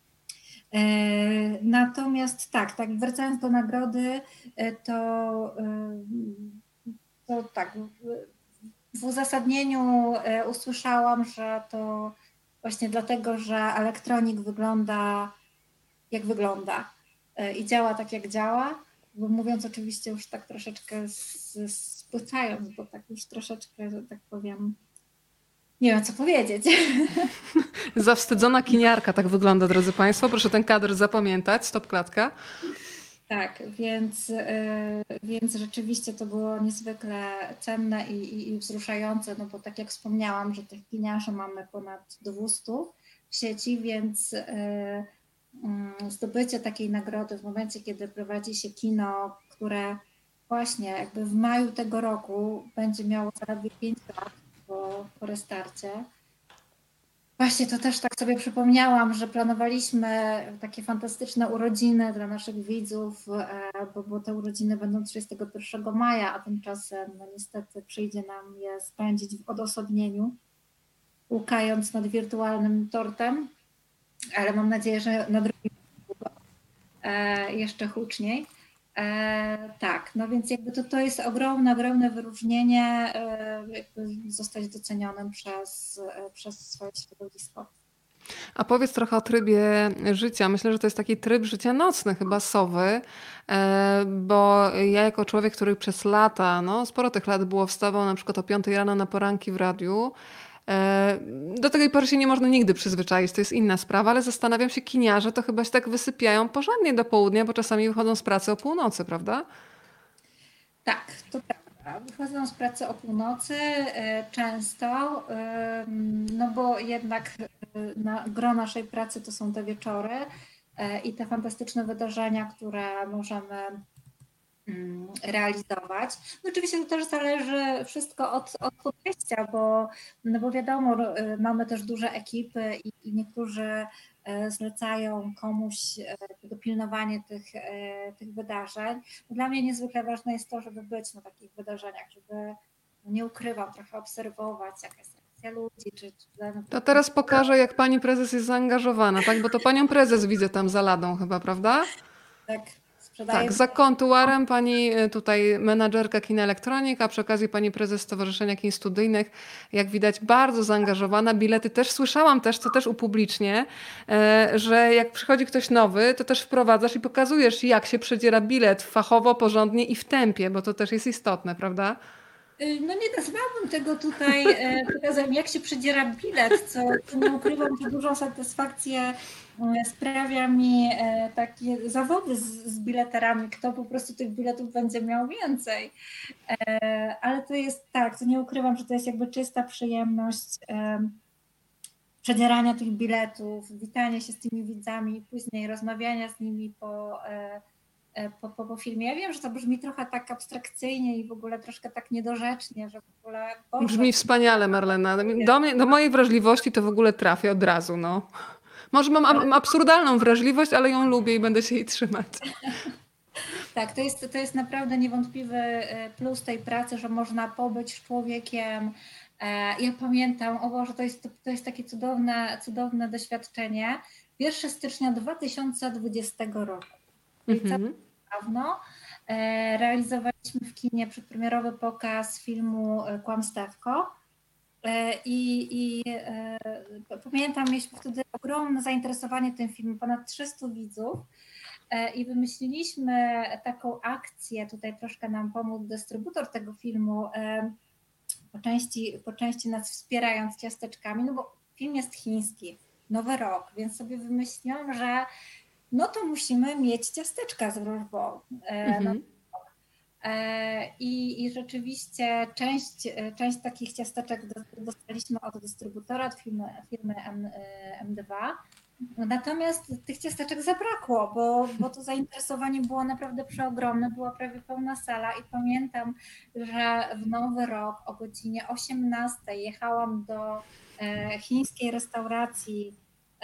Natomiast tak, wracając do nagrody, to tak, w uzasadnieniu usłyszałam, że to właśnie dlatego, że elektronik wygląda jak wygląda i działa tak jak działa, bo mówiąc oczywiście już tak troszeczkę spłycając, bo tak już troszeczkę, że tak powiem, nie wiem co powiedzieć. Zawstydzona kiniarka, tak wygląda, drodzy Państwo. Proszę ten kadr zapamiętać, stop klatka. Tak, więc rzeczywiście to było niezwykle cenne i wzruszające, no bo tak jak wspomniałam, że tych kiniarzy mamy ponad 200 w sieci, więc zdobycie takiej nagrody w momencie, kiedy prowadzi się kino, które właśnie jakby w maju tego roku będzie miało zaledwie 5 lat po restarcie. Właśnie to też tak sobie przypomniałam, że planowaliśmy takie fantastyczne urodziny dla naszych widzów, bo te urodziny będą 31 maja, a tymczasem no niestety przyjdzie nam je spędzić w odosobnieniu, łukając nad wirtualnym tortem, ale mam nadzieję, że na drugim jeszcze huczniej. Tak, no więc jakby to jest ogromne wyróżnienie, jakby zostać docenionym przez swoje środowisko. A powiedz trochę o trybie życia. Myślę, że to jest taki tryb życia nocny chyba Sowy, bo ja jako człowiek, który przez lata, no sporo tych lat było, wstawał na przykład o 5 rano na poranki w radiu. Do tej pory się nie można nigdy przyzwyczaić, to jest inna sprawa, ale zastanawiam się, kiniarze to chyba się tak wysypiają porządnie do południa, bo czasami wychodzą z pracy o północy, prawda? Tak, to prawda. Wychodzą z pracy o północy często, no bo jednak gro naszej pracy to są te wieczory i te fantastyczne wydarzenia, które możemy realizować. No oczywiście to też zależy wszystko od podejścia, no bo wiadomo, mamy też duże ekipy i niektórzy zlecają komuś dopilnowanie tych wydarzeń. Dla mnie niezwykle ważne jest to, żeby być na takich wydarzeniach, żeby, no nie ukrywam, trochę obserwować, jaka jest reakcja ludzi. To teraz pokażę, jak pani prezes jest zaangażowana, tak? Bo to panią prezes widzę tam za ladą chyba, prawda? Tak, sprzedaję. Tak, za kontuarem pani tutaj menadżerka Kina Elektronik, a przy okazji pani prezes Stowarzyszenia Kin Studyjnych, jak widać bardzo zaangażowana. Bilety też słyszałam też, co też upublicznię, że jak przychodzi ktoś nowy, to też wprowadzasz i pokazujesz, jak się przedziera bilet fachowo, porządnie i w tempie, bo to też jest istotne, prawda? No nie nazwałabym tego tutaj pokazem, jak się przedziera bilet, co nie ukrywam, że dużą satysfakcję sprawia mi takie zawody z bileterami, kto po prostu tych biletów będzie miał więcej. Ale to jest tak, to nie ukrywam, że to jest jakby czysta przyjemność przedzierania tych biletów, witania się z tymi widzami, później rozmawiania z nimi po filmie. Ja wiem, że to brzmi trochę tak abstrakcyjnie i w ogóle troszkę tak niedorzecznie, że w ogóle... Boże, Brzmi wspaniale, Marlena. Do mojej wrażliwości to w ogóle trafia od razu, no. Może mam absurdalną wrażliwość, ale ją lubię i będę się jej trzymać. Tak, to jest naprawdę niewątpliwy plus tej pracy, że można pobyć z człowiekiem. Ja pamiętam, o Boże, to jest takie cudowne doświadczenie. 1 stycznia 2020 roku, czyli całkiem dawno, realizowaliśmy w kinie przedpremierowy pokaz filmu Kłamstewko. I pamiętam, mieliśmy wtedy ogromne zainteresowanie tym filmem, ponad 300 widzów. I wymyśliliśmy taką akcję, tutaj troszkę nam pomógł dystrybutor tego filmu, po części nas wspierając ciasteczkami, no bo film jest chiński, Nowy Rok, więc sobie wymyśliłam, że no to musimy mieć ciasteczka z wróżbą. I rzeczywiście część takich ciasteczek dostaliśmy od dystrybutora, od firmy M2. Natomiast tych ciasteczek zabrakło, bo to zainteresowanie było naprawdę przeogromne, była prawie pełna sala i pamiętam, że w Nowy Rok o godzinie 18 jechałam do chińskiej restauracji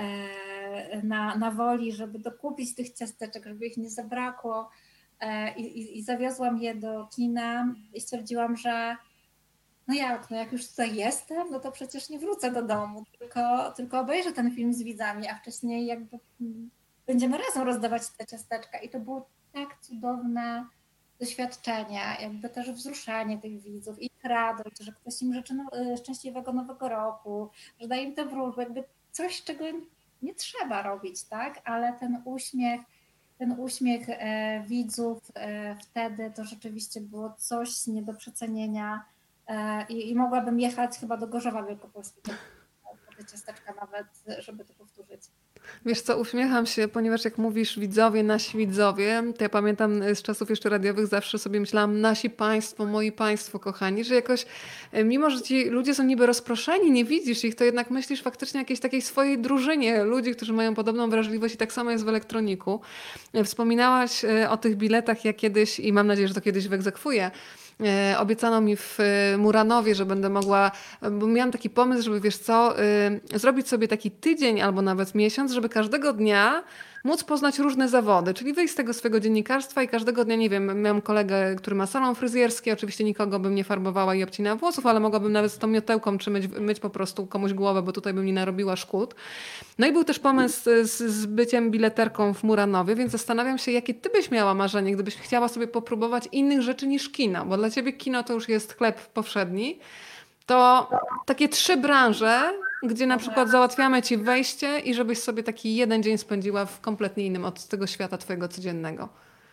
na Woli, żeby dokupić tych ciasteczek, żeby ich nie zabrakło i zawiozłam je do kina i stwierdziłam, że no jak już tutaj jestem, no to przecież nie wrócę do domu, tylko obejrzę ten film z widzami, a wcześniej jakby będziemy razem rozdawać te ciasteczka. I to było tak cudowne doświadczenie, jakby też wzruszenie tych widzów, ich radość, że ktoś im życzy szczęśliwego Nowego Roku, że daje im te wróżby, jakby coś, czego nie trzeba robić, tak? Ale ten uśmiech widzów wtedy to rzeczywiście było coś nie do przecenienia. I mogłabym jechać chyba do Gorzowa Wielkopolskiego po te ciasteczka nawet, żeby to powtórzyć. Wiesz co, uśmiecham się, ponieważ jak mówisz widzowie, nasi widzowie, to ja pamiętam z czasów jeszcze radiowych zawsze sobie myślałam nasi państwo, moi państwo kochani, że jakoś mimo, że ci ludzie są niby rozproszeni, nie widzisz ich, to jednak myślisz faktycznie o jakiejś takiej swojej drużynie ludzi, którzy mają podobną wrażliwość i tak samo jest w elektroniku. Wspominałaś o tych biletach, ja kiedyś i mam nadzieję, że to kiedyś wyegzekwuję. Obiecano mi w Muranowie, że będę mogła, bo miałam taki pomysł, żeby wiesz co, zrobić sobie taki tydzień albo nawet miesiąc, żeby każdego dnia móc poznać różne zawody, czyli wyjść z tego swojego dziennikarstwa i każdego dnia, nie wiem, miałam kolegę, który ma salon fryzjerski, oczywiście nikogo bym nie farbowała i obcinała włosów, ale mogłabym nawet z tą miotełką czy myć po prostu komuś głowę, bo tutaj bym nie narobiła szkód. No i był też pomysł z byciem bileterką w Muranowie, więc zastanawiam się, jakie ty byś miała marzenie, gdybyś chciała sobie popróbować innych rzeczy niż kino, bo dla ciebie kino to już jest chleb powszedni. To takie 3 branże, gdzie na przykład załatwiamy ci wejście i żebyś sobie taki jeden dzień spędziła w kompletnie innym od tego świata twojego codziennego.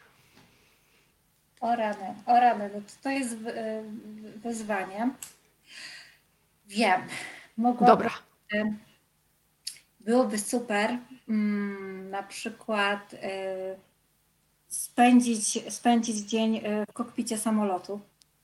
O rany, no to jest wyzwanie. Wiem, mogłabym, Dobra. byłoby super na przykład spędzić dzień w kokpicie samolotu.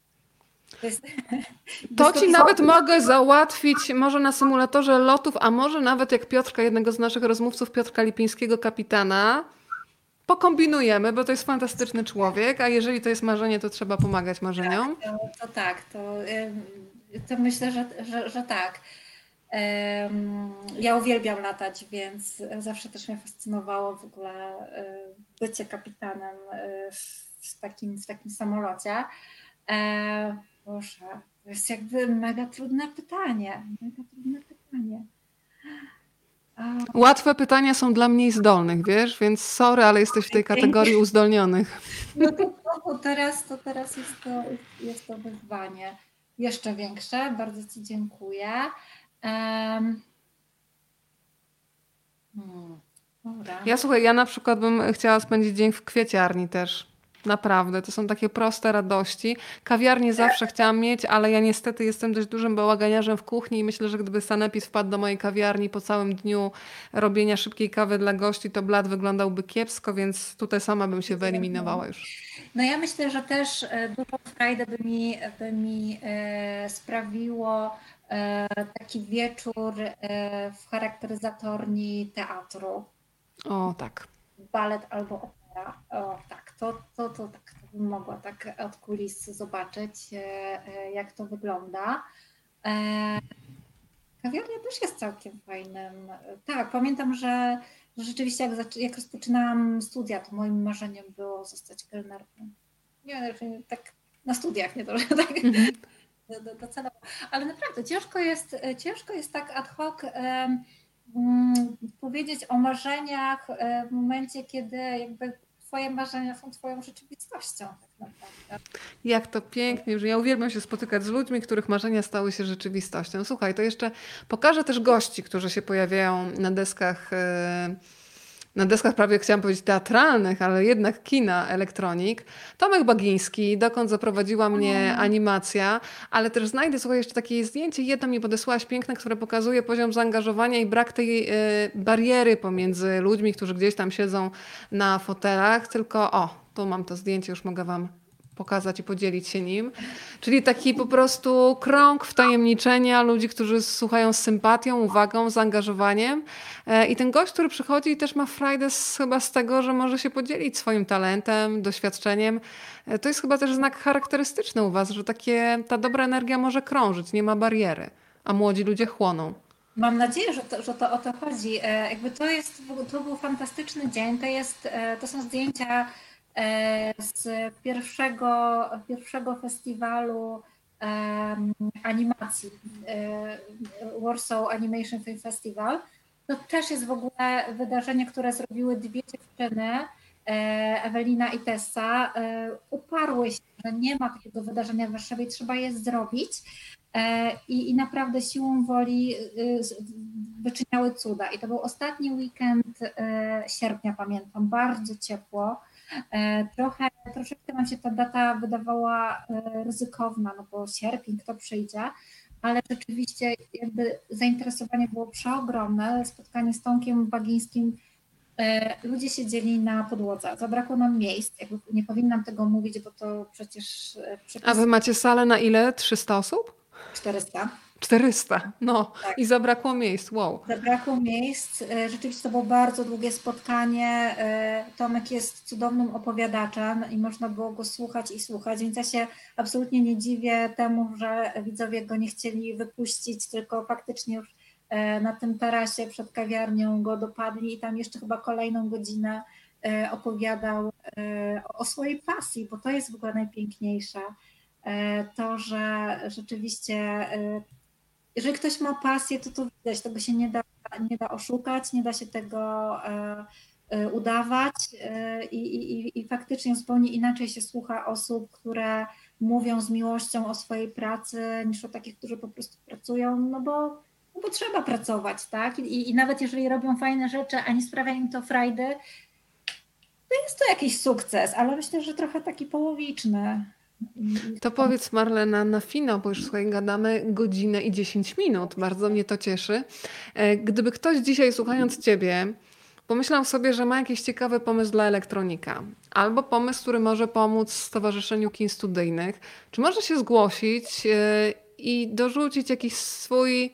To ci nawet mogę załatwić może na symulatorze lotów, a może nawet jak Piotrka, jednego z naszych rozmówców, Piotrka Lipińskiego, kapitana, pokombinujemy, bo to jest fantastyczny człowiek, a jeżeli to jest marzenie, to trzeba pomagać marzeniom. Tak, to myślę, że tak. Ja uwielbiam latać, więc zawsze też mnie fascynowało w ogóle bycie kapitanem w takim samolocie. Boże, to jest jakby mega trudne pytanie. Łatwe pytania są dla mniej zdolnych, wiesz, więc sorry, ale jesteś w tej kategorii uzdolnionych. No to teraz jest to wyzwanie jeszcze większe. Bardzo ci dziękuję. Słuchaj, ja na przykład bym chciała spędzić dzień w kwieciarni też. Naprawdę, to są takie proste radości. Kawiarnię zawsze chciałam mieć, ale ja niestety jestem dość dużym bałaganiarzem w kuchni i myślę, że gdyby sanepid wpadł do mojej kawiarni po całym dniu robienia szybkiej kawy dla gości, to blat wyglądałby kiepsko, więc tutaj sama bym się wyeliminowała już. No ja myślę, że też dużą frajdę by mi sprawiło taki wieczór w charakteryzatorni teatru. O, tak. Balet albo opera. O, tak, to bym mogła tak od kulis zobaczyć, jak to wygląda. Kawiarnia też jest całkiem fajnym. Tak, pamiętam, że rzeczywiście jak rozpoczynałam studia, to moim marzeniem było zostać kelnerką. Nie, tak na studiach, nie to, że tak docelowo. Ale naprawdę ciężko jest tak ad hoc powiedzieć o marzeniach w momencie, kiedy jakby twoje marzenia są twoją rzeczywistością tak naprawdę. Jak to pięknie, że ja uwielbiam się spotykać z ludźmi, których marzenia stały się rzeczywistością. Słuchaj, to jeszcze pokażę też gości, którzy się pojawiają na deskach prawie chciałam powiedzieć teatralnych, ale jednak kina Elektronik. Tomek Bagiński, dokąd zaprowadziła mnie animacja, ale też znajdę, słuchaj, jeszcze takie zdjęcie, jedno mi podesłałaś piękne, które pokazuje poziom zaangażowania i brak tej bariery pomiędzy ludźmi, którzy gdzieś tam siedzą na fotelach, tylko tu mam to zdjęcie, już mogę wam pokazać i podzielić się nim. Czyli taki po prostu krąg wtajemniczenia ludzi, którzy słuchają z sympatią, uwagą, zaangażowaniem. I ten gość, który przychodzi, też ma frajdę chyba z tego, że może się podzielić swoim talentem, doświadczeniem. To jest chyba też znak charakterystyczny u was, że ta dobra energia może krążyć, nie ma bariery, a młodzi ludzie chłoną. Mam nadzieję, że to o to chodzi. Jakby to był fantastyczny dzień. To są zdjęcia z pierwszego festiwalu animacji Warsaw Animation Film Festival. To też jest w ogóle wydarzenie, które zrobiły 2 dziewczyny, Ewelina i Tessa. Uparły się, że nie ma takiego wydarzenia w Warszawie, trzeba je zrobić. I naprawdę siłą woli wyczyniały cuda. I to był ostatni weekend sierpnia, pamiętam, bardzo ciepło. Troszeczkę nam się ta data wydawała ryzykowna, no bo sierpień, kto przyjdzie, ale rzeczywiście jakby zainteresowanie było przeogromne. Spotkanie z Tomkiem Bagińskim, ludzie siedzieli na podłodze, zabrakło nam miejsc, jakby nie powinnam tego mówić, bo to przecież A wy macie salę na ile? 300 osób? 400. 400, no Tak. i zabrakło miejsc, wow. Zabrakło miejsc, rzeczywiście to było bardzo długie spotkanie. Tomek jest cudownym opowiadaczem i można było go słuchać i słuchać, więc ja się absolutnie nie dziwię temu, że widzowie go nie chcieli wypuścić, tylko faktycznie już na tym tarasie przed kawiarnią go dopadli i tam jeszcze chyba kolejną godzinę opowiadał o swojej pasji, bo to jest w ogóle najpiękniejsze. To, że rzeczywiście jeżeli ktoś ma pasję, to widać, tego się nie da oszukać, nie da się tego udawać i faktycznie zupełnie inaczej się słucha osób, które mówią z miłością o swojej pracy, niż o takich, którzy po prostu pracują, no bo trzeba pracować, tak? I nawet jeżeli robią fajne rzeczy, a nie sprawia im to frajdy, to jest to jakiś sukces, ale myślę, że trochę taki połowiczny. To powiedz, Marlena, na finał, bo już słuchaj, gadamy godzinę i 10 minut. Bardzo mnie to cieszy. Gdyby ktoś dzisiaj, słuchając ciebie, pomyślał sobie, że ma jakiś ciekawy pomysł dla elektronika, albo pomysł, który może pomóc Stowarzyszeniu Kin Studyjnych, czy może się zgłosić i dorzucić jakiś swój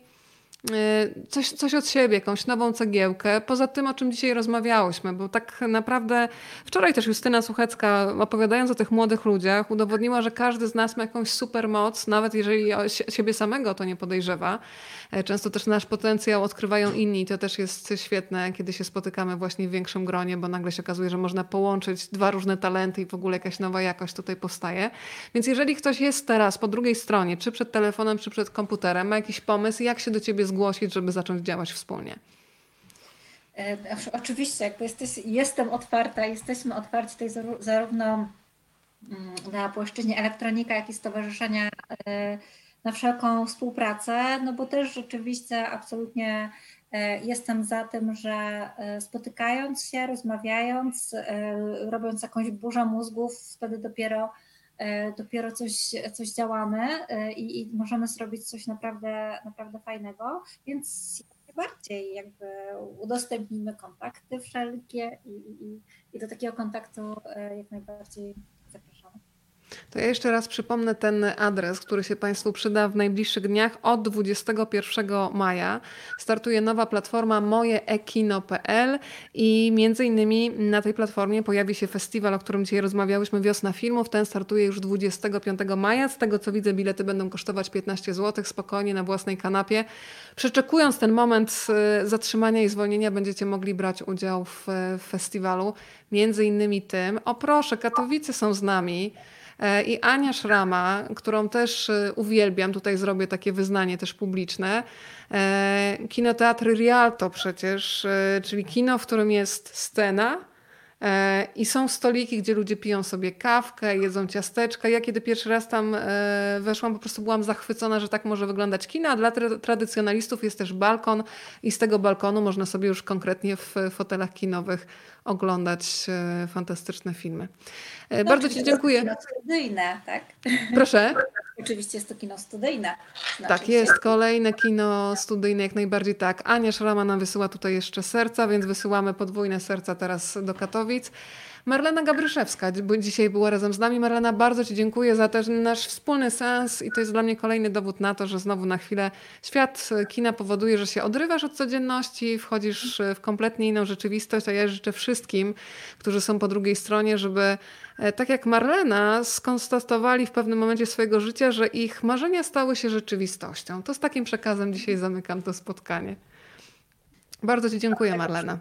coś od siebie, jakąś nową cegiełkę, poza tym, o czym dzisiaj rozmawiałyśmy, bo tak naprawdę wczoraj też Justyna Suchecka, opowiadając o tych młodych ludziach, udowodniła, że każdy z nas ma jakąś super moc, nawet jeżeli siebie samego to nie podejrzewa. Często też nasz potencjał odkrywają inni, to też jest świetne, kiedy się spotykamy właśnie w większym gronie, bo nagle się okazuje, że można połączyć dwa różne talenty i w ogóle jakaś nowa jakość tutaj powstaje. Więc jeżeli ktoś jest teraz po drugiej stronie, czy przed telefonem, czy przed komputerem, ma jakiś pomysł, jak się do ciebie zgłosić, żeby zacząć działać wspólnie? Oczywiście, jakby jestem otwarta, jesteśmy otwarci tutaj zarówno na płaszczyźnie elektronika, jak i stowarzyszenia na wszelką współpracę, no bo też rzeczywiście absolutnie jestem za tym, że spotykając się, rozmawiając, robiąc jakąś burzę mózgów, wtedy dopiero coś działamy i możemy zrobić coś naprawdę, naprawdę fajnego, więc bardziej jakby udostępnimy kontakty wszelkie i do takiego kontaktu jak najbardziej zapraszamy. To ja jeszcze raz przypomnę ten adres, który się Państwu przyda w najbliższych dniach. Od 21 maja startuje nowa platforma mojeekino.pl i między innymi na tej platformie pojawi się festiwal, o którym dzisiaj rozmawiałyśmy, Wiosna Filmów. Ten startuje już 25 maja. Z tego co widzę, bilety będą kosztować 15 zł, spokojnie na własnej kanapie. Przeczekując ten moment zatrzymania i zwolnienia, będziecie mogli brać udział w festiwalu. Między innymi tym, o proszę, Katowice są z nami. I Ania Szrama, którą też uwielbiam, tutaj zrobię takie wyznanie też publiczne. Kinoteatr Rialto przecież, czyli kino, w którym jest scena i są stoliki, gdzie ludzie piją sobie kawkę, jedzą ciasteczka. Ja kiedy pierwszy raz tam weszłam, po prostu byłam zachwycona, że tak może wyglądać kino, a dla tradycjonalistów jest też balkon i z tego balkonu można sobie już konkretnie w fotelach kinowych oglądać fantastyczne filmy. No, bardzo Ci dziękuję. Kino studyjne, tak? Proszę? Oczywiście jest to kino studyjne. Tak, jest kolejne kino studyjne, jak najbardziej tak. Ania Szrama nam wysyła tutaj jeszcze serca, więc wysyłamy podwójne serca teraz do Katowic. Marlena Gabryszewska dzisiaj była razem z nami. Marlena, bardzo Ci dziękuję za ten nasz wspólny seans i to jest dla mnie kolejny dowód na to, że znowu na chwilę świat kina powoduje, że się odrywasz od codzienności, wchodzisz w kompletnie inną rzeczywistość, a ja życzę wszystkim, którzy są po drugiej stronie, żeby tak jak Marlena skonstatowali w pewnym momencie swojego życia, że ich marzenia stały się rzeczywistością. To z takim przekazem dzisiaj zamykam to spotkanie. Bardzo Ci dziękuję, Marlena.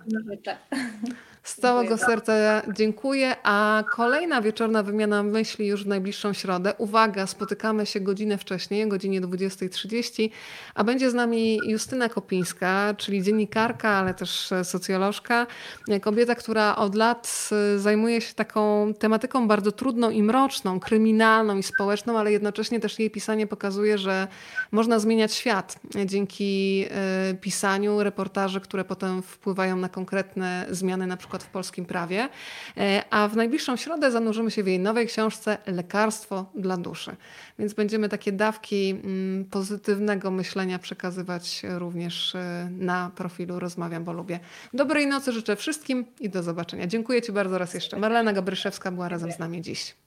Z całego serca dziękuję, a kolejna wieczorna wymiana myśli już w najbliższą środę. Uwaga, spotykamy się godzinę wcześniej, o godzinie 20:30, a będzie z nami Justyna Kopińska, czyli dziennikarka, ale też socjolożka. Kobieta, która od lat zajmuje się taką tematyką bardzo trudną i mroczną, kryminalną i społeczną, ale jednocześnie też jej pisanie pokazuje, że można zmieniać świat dzięki pisaniu reportaży, które potem wpływają na konkretne zmiany, na przykład przykład w polskim prawie. A w najbliższą środę zanurzymy się w jej nowej książce Lekarstwo dla duszy. Więc będziemy takie dawki pozytywnego myślenia przekazywać również na profilu Rozmawiam, bo lubię. Dobrej nocy życzę wszystkim i do zobaczenia. Dziękuję Ci bardzo raz jeszcze. Marlena Gabryszewska była razem z nami dziś.